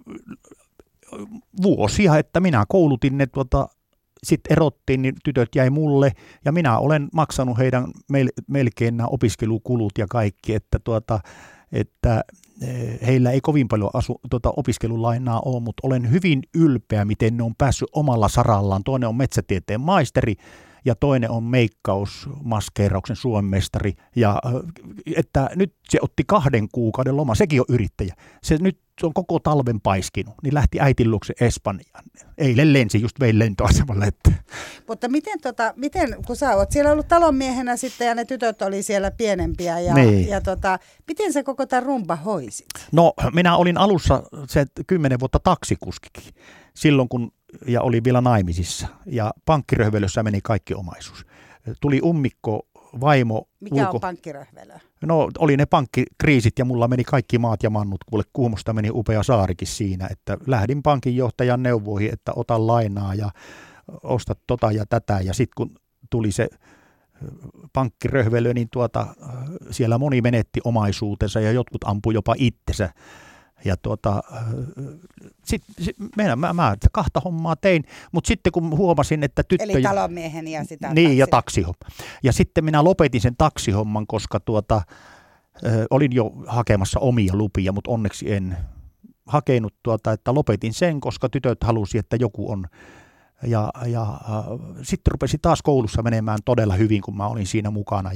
vuosia, että minä koulutin ne, sitten erottiin, niin tytöt jäi mulle, ja minä olen maksanut heidän melkein nämä opiskelukulut ja kaikki, että heillä ei kovin paljon opiskelulainaa ole, mutta olen hyvin ylpeä, miten ne on päässyt omalla sarallaan. Toinen on metsätieteen maisteri, ja toinen on maskeerauksen Suomen mestari, ja että nyt se otti 2 kuukauden loma, sekin on yrittäjä. Se on koko talven paiskinut, niin lähti äitin luokse Espanjaan. Eilen lensi, just vein lentoasemalle. Mutta miten, kun sä oot siellä ollut talonmiehenä sitten ja ne tytöt oli siellä pienempiä, niin. Miten sä koko tämän rumba hoisit? No minä olin alussa se 10 vuotta taksikuskikin, silloin kun ja oli vielä naimisissa, ja pankkiröhvelössä meni kaikki omaisuus. Tuli ummikko, vaimo. Mikä on pankkiröhvelö? No oli ne pankkikriisit ja mulla meni kaikki maat ja mannut, kuule Kuhmosta meni upea saarikin siinä, että lähdin pankinjohtajan neuvoihin, että ota lainaa ja osta tota ja tätä, ja sitten kun tuli se pankkiröhvelö, niin siellä moni menetti omaisuutensa ja jotkut ampui jopa itsensä. Ja mä 2 hommaa tein, mutta sitten kun huomasin, että tyttö... Eli talonmiehen ja sitä niin, ja taksihomma. Ja sitten minä lopetin sen taksihomman, koska olin jo hakemassa omia lupia, mutta onneksi en hakenut, että lopetin sen, koska tytöt halusi, että joku on. Ja sitten rupesi taas koulussa menemään todella hyvin, kun mä olin siinä mukana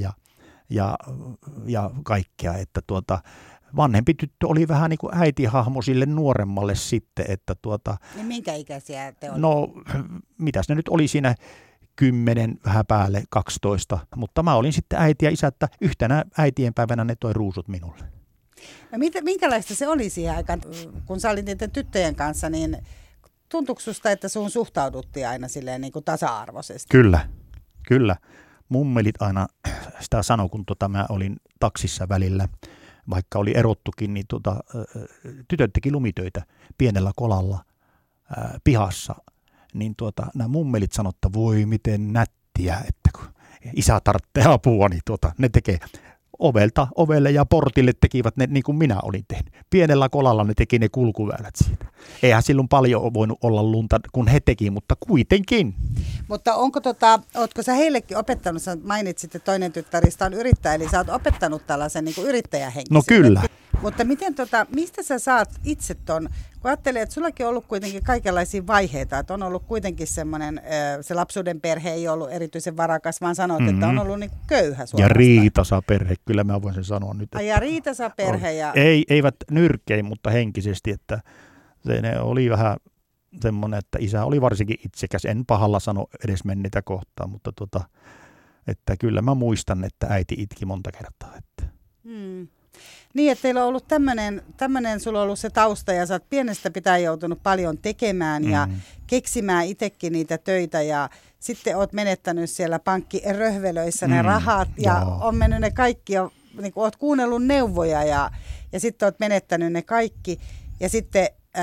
ja kaikkea, että vanhempi tyttö oli vähän niin kuin äitihahmo sille nuoremmalle sitten, että niin minkä ikäisiä te olitte? No, mitäs ne nyt oli siinä 10, vähän päälle 12, mutta mä olin sitten äiti ja isä, että yhtenä äitienpäivänä ne toi ruusut minulle. No minkälaista se oli siihen aikaan, kun sä olit niiden tyttöjen kanssa, niin tuntuuko susta, että sun suhtauduttiin aina silleen niin kuin tasa-arvoisesti? Kyllä. Mummelit aina sitä sanoi, kun mä olin taksissa välillä. Vaikka oli erottukin, niin tytöt teki lumitöitä pienellä kolalla pihassa, niin nämä mummelit sanoivat, että voi miten nättiä, että kun isä tarvitsee apua, niin ne tekee ovelta ovelle ja portille tekivät ne niin kuin minä olin tehnyt. Pienellä kolalla ne teki ne kulkuväylät siitä. Eihän silloin paljon voinut olla lunta, kun he teki, mutta kuitenkin. Mutta ootko sä heillekin opettanut, sä mainitsit, että toinen tyttäristä on yrittäjä, eli sä oot opettanut tällaisen niin kuin yrittäjähenkisen. No kyllä. Mutta mistä sä saat itse ton, kun ajattelee, että sullakin on ollut kuitenkin kaikenlaisia vaiheita, että on ollut kuitenkin semmoinen, se lapsuuden perhe ei ollut erityisen varakas, vaan sanoit, että on ollut niin kuin köyhä suorastaan. Ja riitasa perhe, kyllä mä voin sen sanoa nyt. Ja riitasa perhe. Eivät nyrkein, mutta henkisesti, että ne oli vähän semmoinen, että isä oli varsinkin itsekäs, en pahalla sano edes menneitä kohtaan, mutta että kyllä mä muistan, että äiti itki monta kertaa. Että. Niin, että teillä on ollut tämmöinen, sulla on ollut se tausta ja sä oot pienestä pitää joutunut paljon tekemään ja keksimään itsekin niitä töitä ja sitten oot menettänyt siellä pankkiröhvelöissä ne rahat ja on mennyt ne kaikki ja niin oot kuunnellut neuvoja ja sitten olet menettänyt ne kaikki ja sitten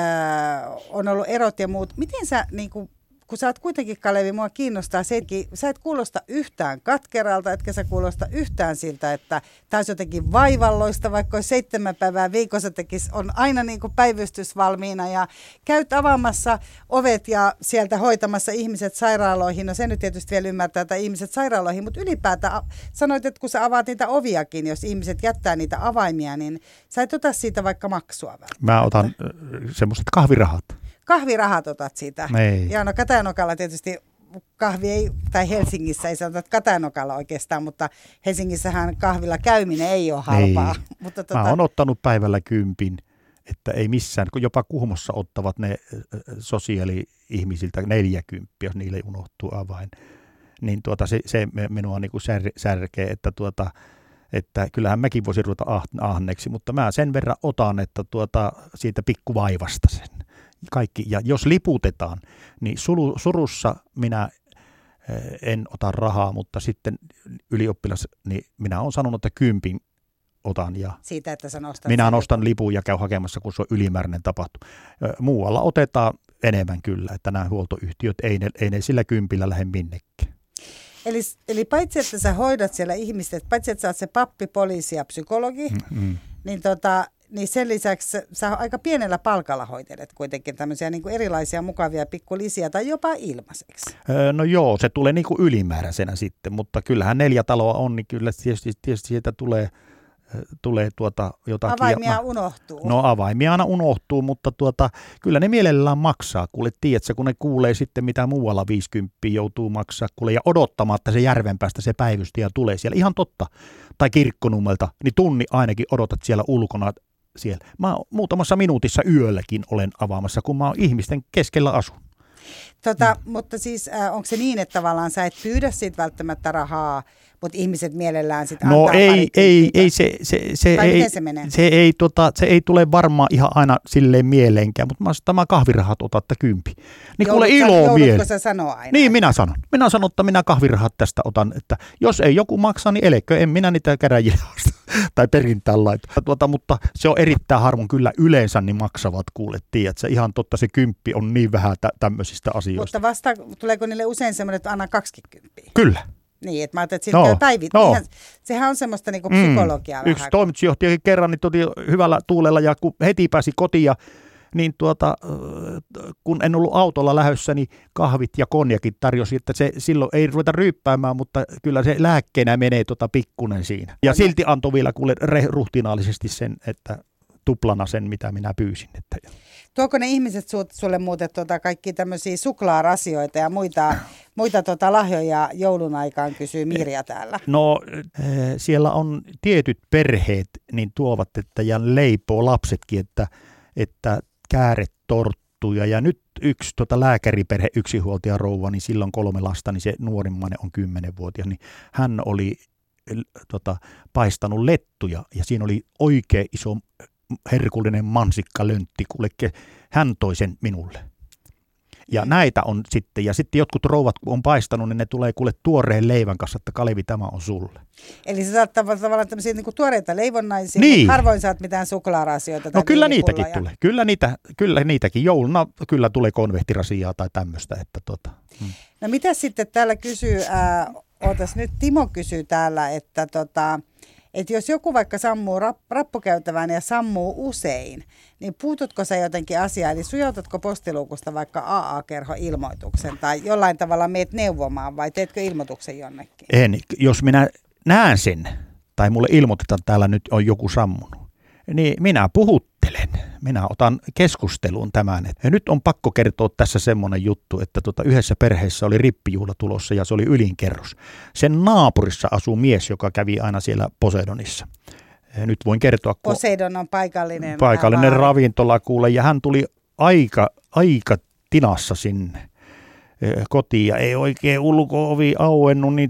on ollut erot ja muut. Miten sä, niin kun sä oot kuitenkin, Kalevi, mua kiinnostaa sekin, sä et kuulosta yhtään katkeralta, etkä sä kuulosta yhtään siltä, että tämä olisi jotenkin vaivalloista, vaikka olisi 7 päivää viikossa on aina niin kuin päivystys valmiina ja käyt avaamassa ovet ja sieltä hoitamassa ihmiset sairaaloihin. No se nyt tietysti vielä ymmärtää, että ihmiset sairaaloihin, mutta ylipäätään sanoit, että kun sä avaat niitä oviakin, jos ihmiset jättää niitä avaimia, niin sä et ota siitä vaikka maksua vähän. Mä otan semmoiset kahvirahat. Kahvirahat otat siitä. Ei. Ja no Katajanokalla tietysti kahvi ei, tai Helsingissä ei sanota Katajanokalla oikeastaan, mutta Helsingissähän kahvilla käyminen ei ole halpaa. Ei. Mutta Mä oon ottanut päivällä 10, että ei missään, kun jopa Kuhmossa ottavat ne sosiaali-ihmisiltä 40, jos niille unohtuu avain. Niin se minua niin kuin särkee, että kyllähän mäkin voisin ruveta ahneeksi, mutta mä sen verran otan, että siitä pikkuvaivasta sen. Kaikki. Ja jos liputetaan, niin surussa minä en ota rahaa, mutta sitten ylioppilas, niin minä olen sanonut, että 10 otan. Ja siitä, että sä nostat minä nostan lipun ja käyn hakemassa, kun se on ylimääräinen tapahtuma. Muualla otetaan enemmän kyllä, että nämä huoltoyhtiöt, ei ne sillä 10 lähde minnekään. Eli paitsi, että sä hoidat siellä ihmiset, paitsi, että sä oot se pappi, poliisi ja psykologi, niin sen lisäksi sä aika pienellä palkalla hoitelet kuitenkin tämmöisiä niin kuin erilaisia mukavia pikkulisiä tai jopa ilmaiseksi. No joo, se tulee niin kuin ylimääräisenä sitten, mutta kyllähän 4 taloa on, niin kyllä tietysti sieltä tulee jotakin. Avaimia unohtuu. No avaimia aina unohtuu, mutta kyllä ne mielellään maksaa. Kuule, tiedätkö, kun ne kuulee sitten, mitä muualla 50 joutuu maksaa, kuule, ja odottamatta se Järvenpäästä se päivystäjä tulee siellä. Ihan totta. Tai Kirkkonummelta, niin tunni ainakin odotat siellä ulkona. Siellä. Mä muutamassa minuutissa yölläkin olen avaamassa, kun mä oon ihmisten keskellä asun. Mutta siis onko se niin, että tavallaan sä et pyydä siitä välttämättä rahaa, mutta ihmiset mielellään sitten antaa ei, se ei tule varmaan ihan aina silleen mieleenkään, mutta mä tämä kahvirahat otatte 10. Niin kuule ilo mieleen. Joudutko sä sanoa aina? Niin, minä sanon. Minä sanon, että minä kahvirahat tästä otan, että jos ei joku maksa, niin elekö, en minä niitä käräjille tai perintään laita. Mutta se on erittäin harvoin kyllä yleensä niin maksavat, kuule, tiedätkö, ihan totta se 10 on niin vähän tämmöisistä asioista. Mutta tuleeko niille usein semmoinen, että anna 20? Kyllä. Niin, että mä ajattelin, että siitä käy päivit. Sehän on semmoista niinku psykologiaa vähän. Yksi toimitusjohtajakin kerran niin hyvällä tuulella ja kun heti pääsi kotiin, niin kun en ollut autolla lähdössä, niin kahvit ja konjakin tarjosi, että se silloin ei ruveta ryyppäämään, mutta kyllä se lääkkeenä menee pikkunen siinä. Ja silti antoi vielä kuule ruhtinaallisesti sen, että tuplana sen, mitä minä pyysin. Että. Tuoko ne ihmiset sulle muuten kaikki tämmöisiä suklaarasioita ja muita lahjoja joulun aikaan, kysyy Mirja täällä? No siellä on tietyt perheet, niin tuovat, että ja leipoo lapsetkin, että kääretorttuja. Ja nyt yksi lääkäriperhe, yksinhuoltajarouva, niin silloin 3 lasta, niin se nuorimmainen on 10-vuotias, niin hän oli paistanut lettuja ja siinä oli oikein iso herkullinen mansikkalöntti, kuule, hän toi sen minulle. Ja näitä on sitten, ja sitten jotkut rouvat, kun on paistanut, niin ne tulee kuule tuoreen leivän kanssa, että Kalevi, tämä on sulle. Eli sä saat tavallaan tämmöisiä niin kuin tuoreita leivonnaisia, niin. Mutta harvoin saat mitään suklaarasioita. No kyllä niitäkin tulee. Kyllä niitäkin. Jouluna kyllä tulee konvehtirasiaa tai tämmöistä. No mitä sitten täällä kysyy, nyt Timo kysyy täällä, että jos joku vaikka sammuu rappukäytävään ja sammuu usein, niin puututko sä jotenkin asiaan, eli sujautatko postiluukusta vaikka AA-kerho-ilmoituksen tai jollain tavalla meet neuvomaan vai teetkö ilmoituksen jonnekin? En, jos minä näen sen tai mulle ilmoitetaan, että täällä nyt on joku sammunut, niin minä puhuttelen. Minä otan keskusteluun tämän. Ja nyt on pakko kertoa tässä semmoinen juttu, että yhdessä perheessä oli rippijuhla tulossa ja se oli ylinkerros. Sen naapurissa asuu mies, joka kävi aina siellä Poseidonissa. Ja nyt voin kertoa. Poseidon on paikallinen ravintola kuule ja hän tuli aika tinassa sinne kotiin ja ei oikein ulko-ovi auennut, niin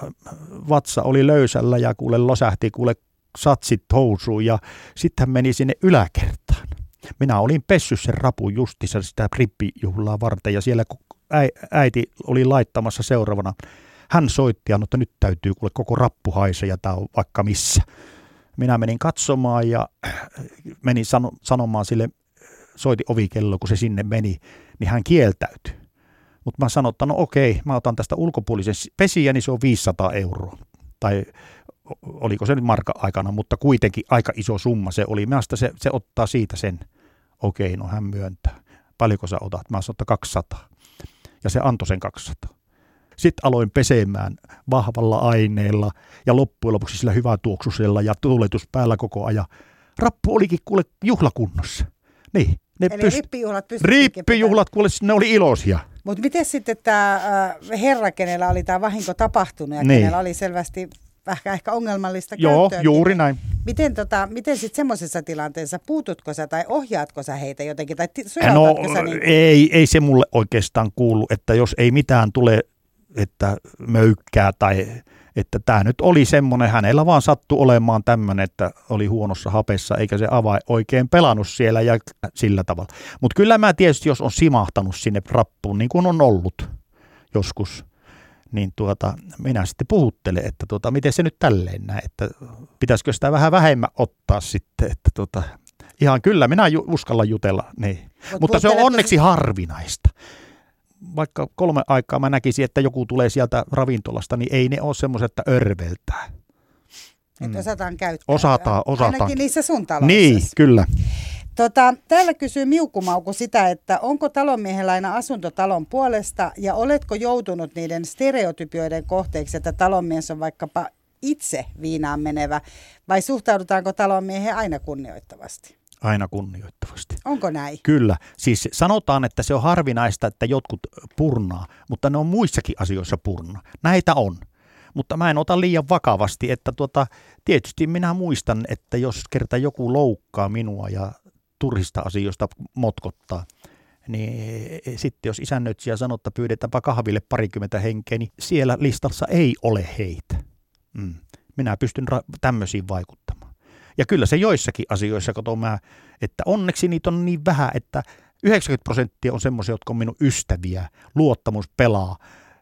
vatsa oli löysällä ja kuule losähti satsit housuun ja sitten hän meni sinne yläkertaan. Minä olin pessyt sen rapun justissa sitä rippijuhlaa varten ja siellä kun äiti oli laittamassa seuraavana, hän soitti ja että nyt täytyy kuule koko rappu haisee ja tämä on vaikka missä. minä menin katsomaan ja menin sanomaan sille, soitin ovikello, kun se sinne meni, niin hän kieltäytyi. Mutta mä sanoin, että no okei, mä otan tästä ulkopuolisen pesiä, niin se on 500 €. Tai oliko se nyt markka-aikana, mutta kuitenkin aika iso summa se oli. Mä sanoin, se ottaa siitä sen. Okei, no hän myöntää. Paljonko sä otat? Mä sanoin, että 200. Ja se antoi sen 200. Sitten aloin pesemään vahvalla aineella ja loppujen lopuksi sillä hyvätuoksuisella ja tuuletus päällä koko ajan. Rappu olikin kuule juhlakunnossa. Niin, eli rippijuhlat Rippijuhlat, kuule, ne oli iloisia. Mutta miten sitten tämä herra, kenellä oli tämä vahinko tapahtunut ja niin. kenellä oli selvästi ehkä ongelmallista käyttöä? Joo, juuri näin. Miten sitten semmoisessa tilanteessa, puututko sä tai ohjaatko sä heitä jotenkin? Tai sä niin? Ei se mulle oikeastaan kuulu, että jos ei mitään tule, että möykkää tai että tämä nyt oli semmoinen, hänellä vaan sattui olemaan tämmöinen, että oli huonossa hapessa, eikä se avain oikein pelannut siellä ja sillä tavalla. Mutta kyllä mä tietysti, jos on simahtanut sinne rappuun, niin kuin on ollut joskus, niin minä sitten puhuttelen, että miten se nyt tälleen näin, että pitäisikö sitä vähän vähemmän ottaa sitten, että ihan kyllä minä uskallan jutella, niin. Mutta se on onneksi harvinaista. Vaikka 3 aikaa mä näkisin, että joku tulee sieltä ravintolasta, niin ei ne ole semmoiset, että örveltää. Että osataan käyttää. Osataan. Ainakin niissä sun taloissa. Niin, kyllä. Täällä kysyy Miukumauku sitä, että onko talonmiehellä aina asunto talon puolesta ja oletko joutunut niiden stereotypioiden kohteeksi, että talonmies on vaikkapa itse viinaan menevä vai suhtaudutaanko talonmieheen aina kunnioittavasti? Aina kunnioittavasti. Onko näin? Kyllä. Siis sanotaan, että se on harvinaista, että jotkut purnaa, mutta ne on muissakin asioissa purnaa. Näitä on. Mutta mä en ota liian vakavasti, että tietysti minä muistan, että jos kerta joku loukkaa minua ja turhista asioista motkottaa, niin sitten jos isännöitsijä sanoo, että pyydetäänpä kahville 20 henkeä, niin siellä listassa ei ole heitä. Minä pystyn tämmöisiin vaikuttamaan. Ja kyllä se joissakin asioissa, katon mä, että onneksi niitä on niin vähän, että 90% on semmoisia, jotka on minun ystäviä, luottamus pelaa,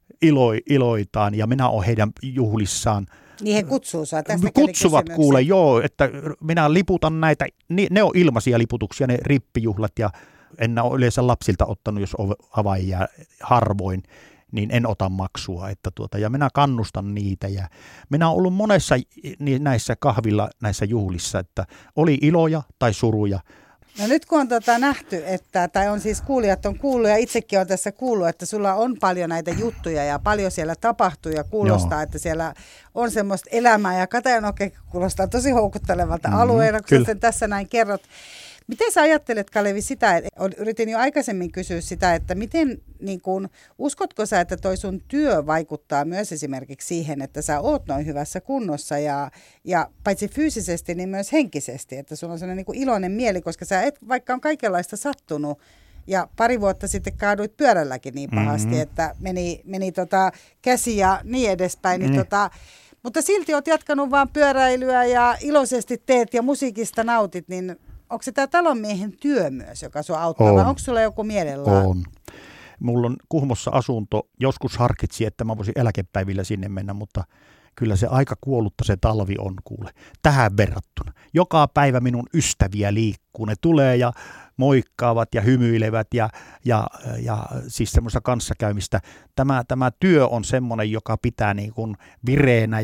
iloitaan ja minä olen heidän juhlissaan. Niin he kutsuu sua, tästä kutsuvat kuule, joo, että minä liputan näitä, ne on ilmaisia liputuksia, ne rippijuhlat ja en ole yleensä lapsilta ottanut, jos avaajia harvoin, niin en ota maksua. Ja minä kannustan niitä ja minä olen ollut monessa näissä kahvilla, näissä juhlissa, että oli iloja tai suruja. No nyt kun on nähty, tai on siis kuulijat on kuullut ja itsekin on tässä kuullut, että sulla on paljon näitä juttuja ja paljon siellä tapahtuu ja kuulostaa, että siellä on semmoista elämää ja Katajanoki kuulostaa tosi houkuttelevalta alueena, kun sen tässä näin kerrot. Miten sä ajattelet, Kalevi, sitä, että yritin jo aikaisemmin kysyä sitä, että miten, niin kun, uskotko sä, että toi sun työ vaikuttaa myös esimerkiksi siihen, että sä oot noin hyvässä kunnossa ja paitsi fyysisesti, niin myös henkisesti, että sulla on sellainen niin kuin iloinen mieli, koska sä et, vaikka on kaikenlaista sattunut ja pari vuotta sitten kaaduit pyörälläkin niin pahasti, että meni käsi ja niin edespäin, niin mutta silti oot jatkanut vaan pyöräilyä ja iloisesti teet ja musiikista nautit, niin onko se tämä talonmiehen työ myös, joka sua auttaa, vai onko sulla joku mielellään? On. Mulla on Kuhmossa asunto. Joskus harkitsin, että mä voisin eläkepäivillä sinne mennä, mutta kyllä se aika kuollutta se talvi on kuule. Tähän verrattuna. Joka päivä minun ystäviä liikkuu. Ne tulee ja moikkaavat ja hymyilevät ja siis semmoista kanssakäymistä. Tämä työ on semmoinen, joka pitää niin kuin vireenä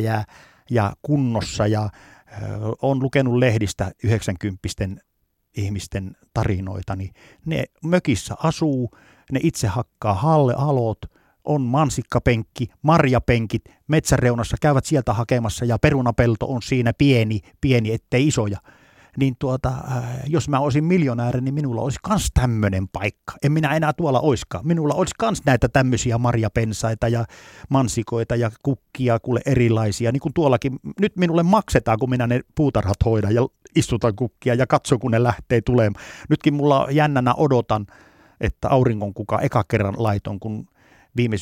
ja kunnossa ja olen lukenut lehdistä 90-vuotiaiden ihmisten tarinoita, niin ne mökissä asuu, ne itse hakkaa halot, on mansikkapenkki, marjapenkit, metsäreunassa käyvät sieltä hakemassa ja perunapelto on siinä pieni, ettei isoja. Niin jos mä olisin miljonääri, niin minulla olisi kans tämmöinen paikka. En minä enää tuolla oiskaan. Minulla olisi kans näitä tämmöisiä marjapensaita ja mansikoita ja kukkia, kuule erilaisia. Niin kuin tuollakin, nyt minulle maksetaan, kun minä ne puutarhat hoidan ja istutan kukkia ja katson, kun ne lähtee tulemaan. Nytkin mulla jännänä odotan, että auringonkuka eka kerran laiton, kun viime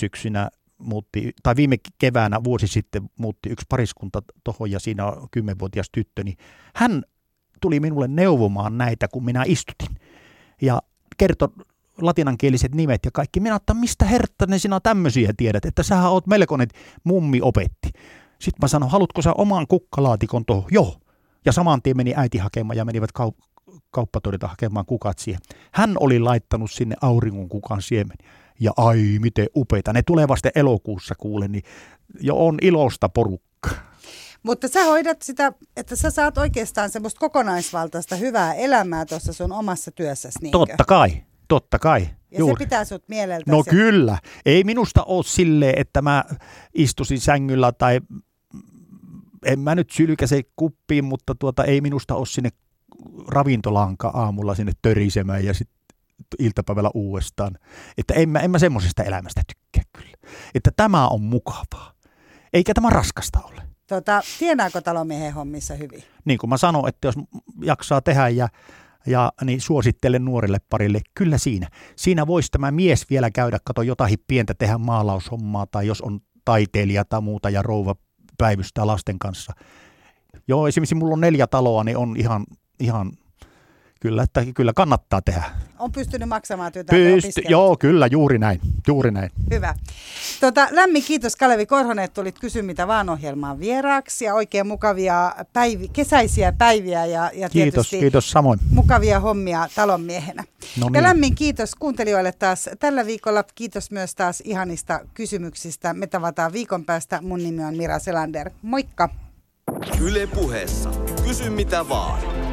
keväänä vuosi sitten muutti yksi pariskunta tohon ja siinä on 10-vuotias tyttö, niin hän tuli minulle neuvomaan näitä, kun minä istutin. Ja kertoi latinankieliset nimet ja kaikki. Minä otan, mistä herttainen sinä tämmöisiä tiedät, että sähän oot melkoinen mummi opetti. Sitten mä sanoin, haluatko sä oman kukkalaatikon tuohon? Joo. Ja saman tien meni äiti hakemaan ja menivät kauppatorilta hakemaan kukat siihen. Hän oli laittanut sinne auringon kukan siemeni. Ja ai miten upeita. Ne tulee vasta elokuussa kuule, niin jo on ilosta porukka. Mutta sä hoidat sitä, että sä saat oikeastaan semmoista kokonaisvaltaista hyvää elämää tuossa sun omassa työssäsi. Niinkö? Totta kai. Ja se pitää sut mieleltä. No kyllä. Ei minusta ole silleen, että mä istuisin sängyllä tai en mä nyt sylkäse kuppiin, mutta ei minusta ole sinne ravintolanka aamulla sinne törisemään ja sitten iltapäivällä uudestaan. Että en mä semmoisesta elämästä tykkää kyllä. Että tämä on mukavaa. Eikä tämä raskasta ole. Tienaako talonmiehen hommissa hyvin? Niin kuin mä sanon, että jos jaksaa tehdä niin suosittelen nuorille parille, kyllä siinä voisi tämä mies vielä käydä, kato jotain pientä tehdä maalaushommaa tai jos on taiteilija tai muuta ja rouva päivystää lasten kanssa. Joo, esimerkiksi mulla on 4 taloa, niin on ihan kyllä kannattaa tehdä. On pystynyt maksamaan työtä opiskelua. Joo, kyllä, juuri näin. Hyvä. Lämmin kiitos Kalevi Korhonen, että tulit Kysy mitä vaan -ohjelmaan vieraaksi ja oikein mukavia kesäisiä päiviä ja tietysti kiitos samoin. Mukavia hommia talonmiehenä. No niin. Ja lämmin kiitos kuuntelijoille taas tällä viikolla. Kiitos myös taas ihanista kysymyksistä. Me tavataan viikon päästä. Mun nimi on Mira Selander. Moikka! Yle Puheessa. Kysy mitä vaan.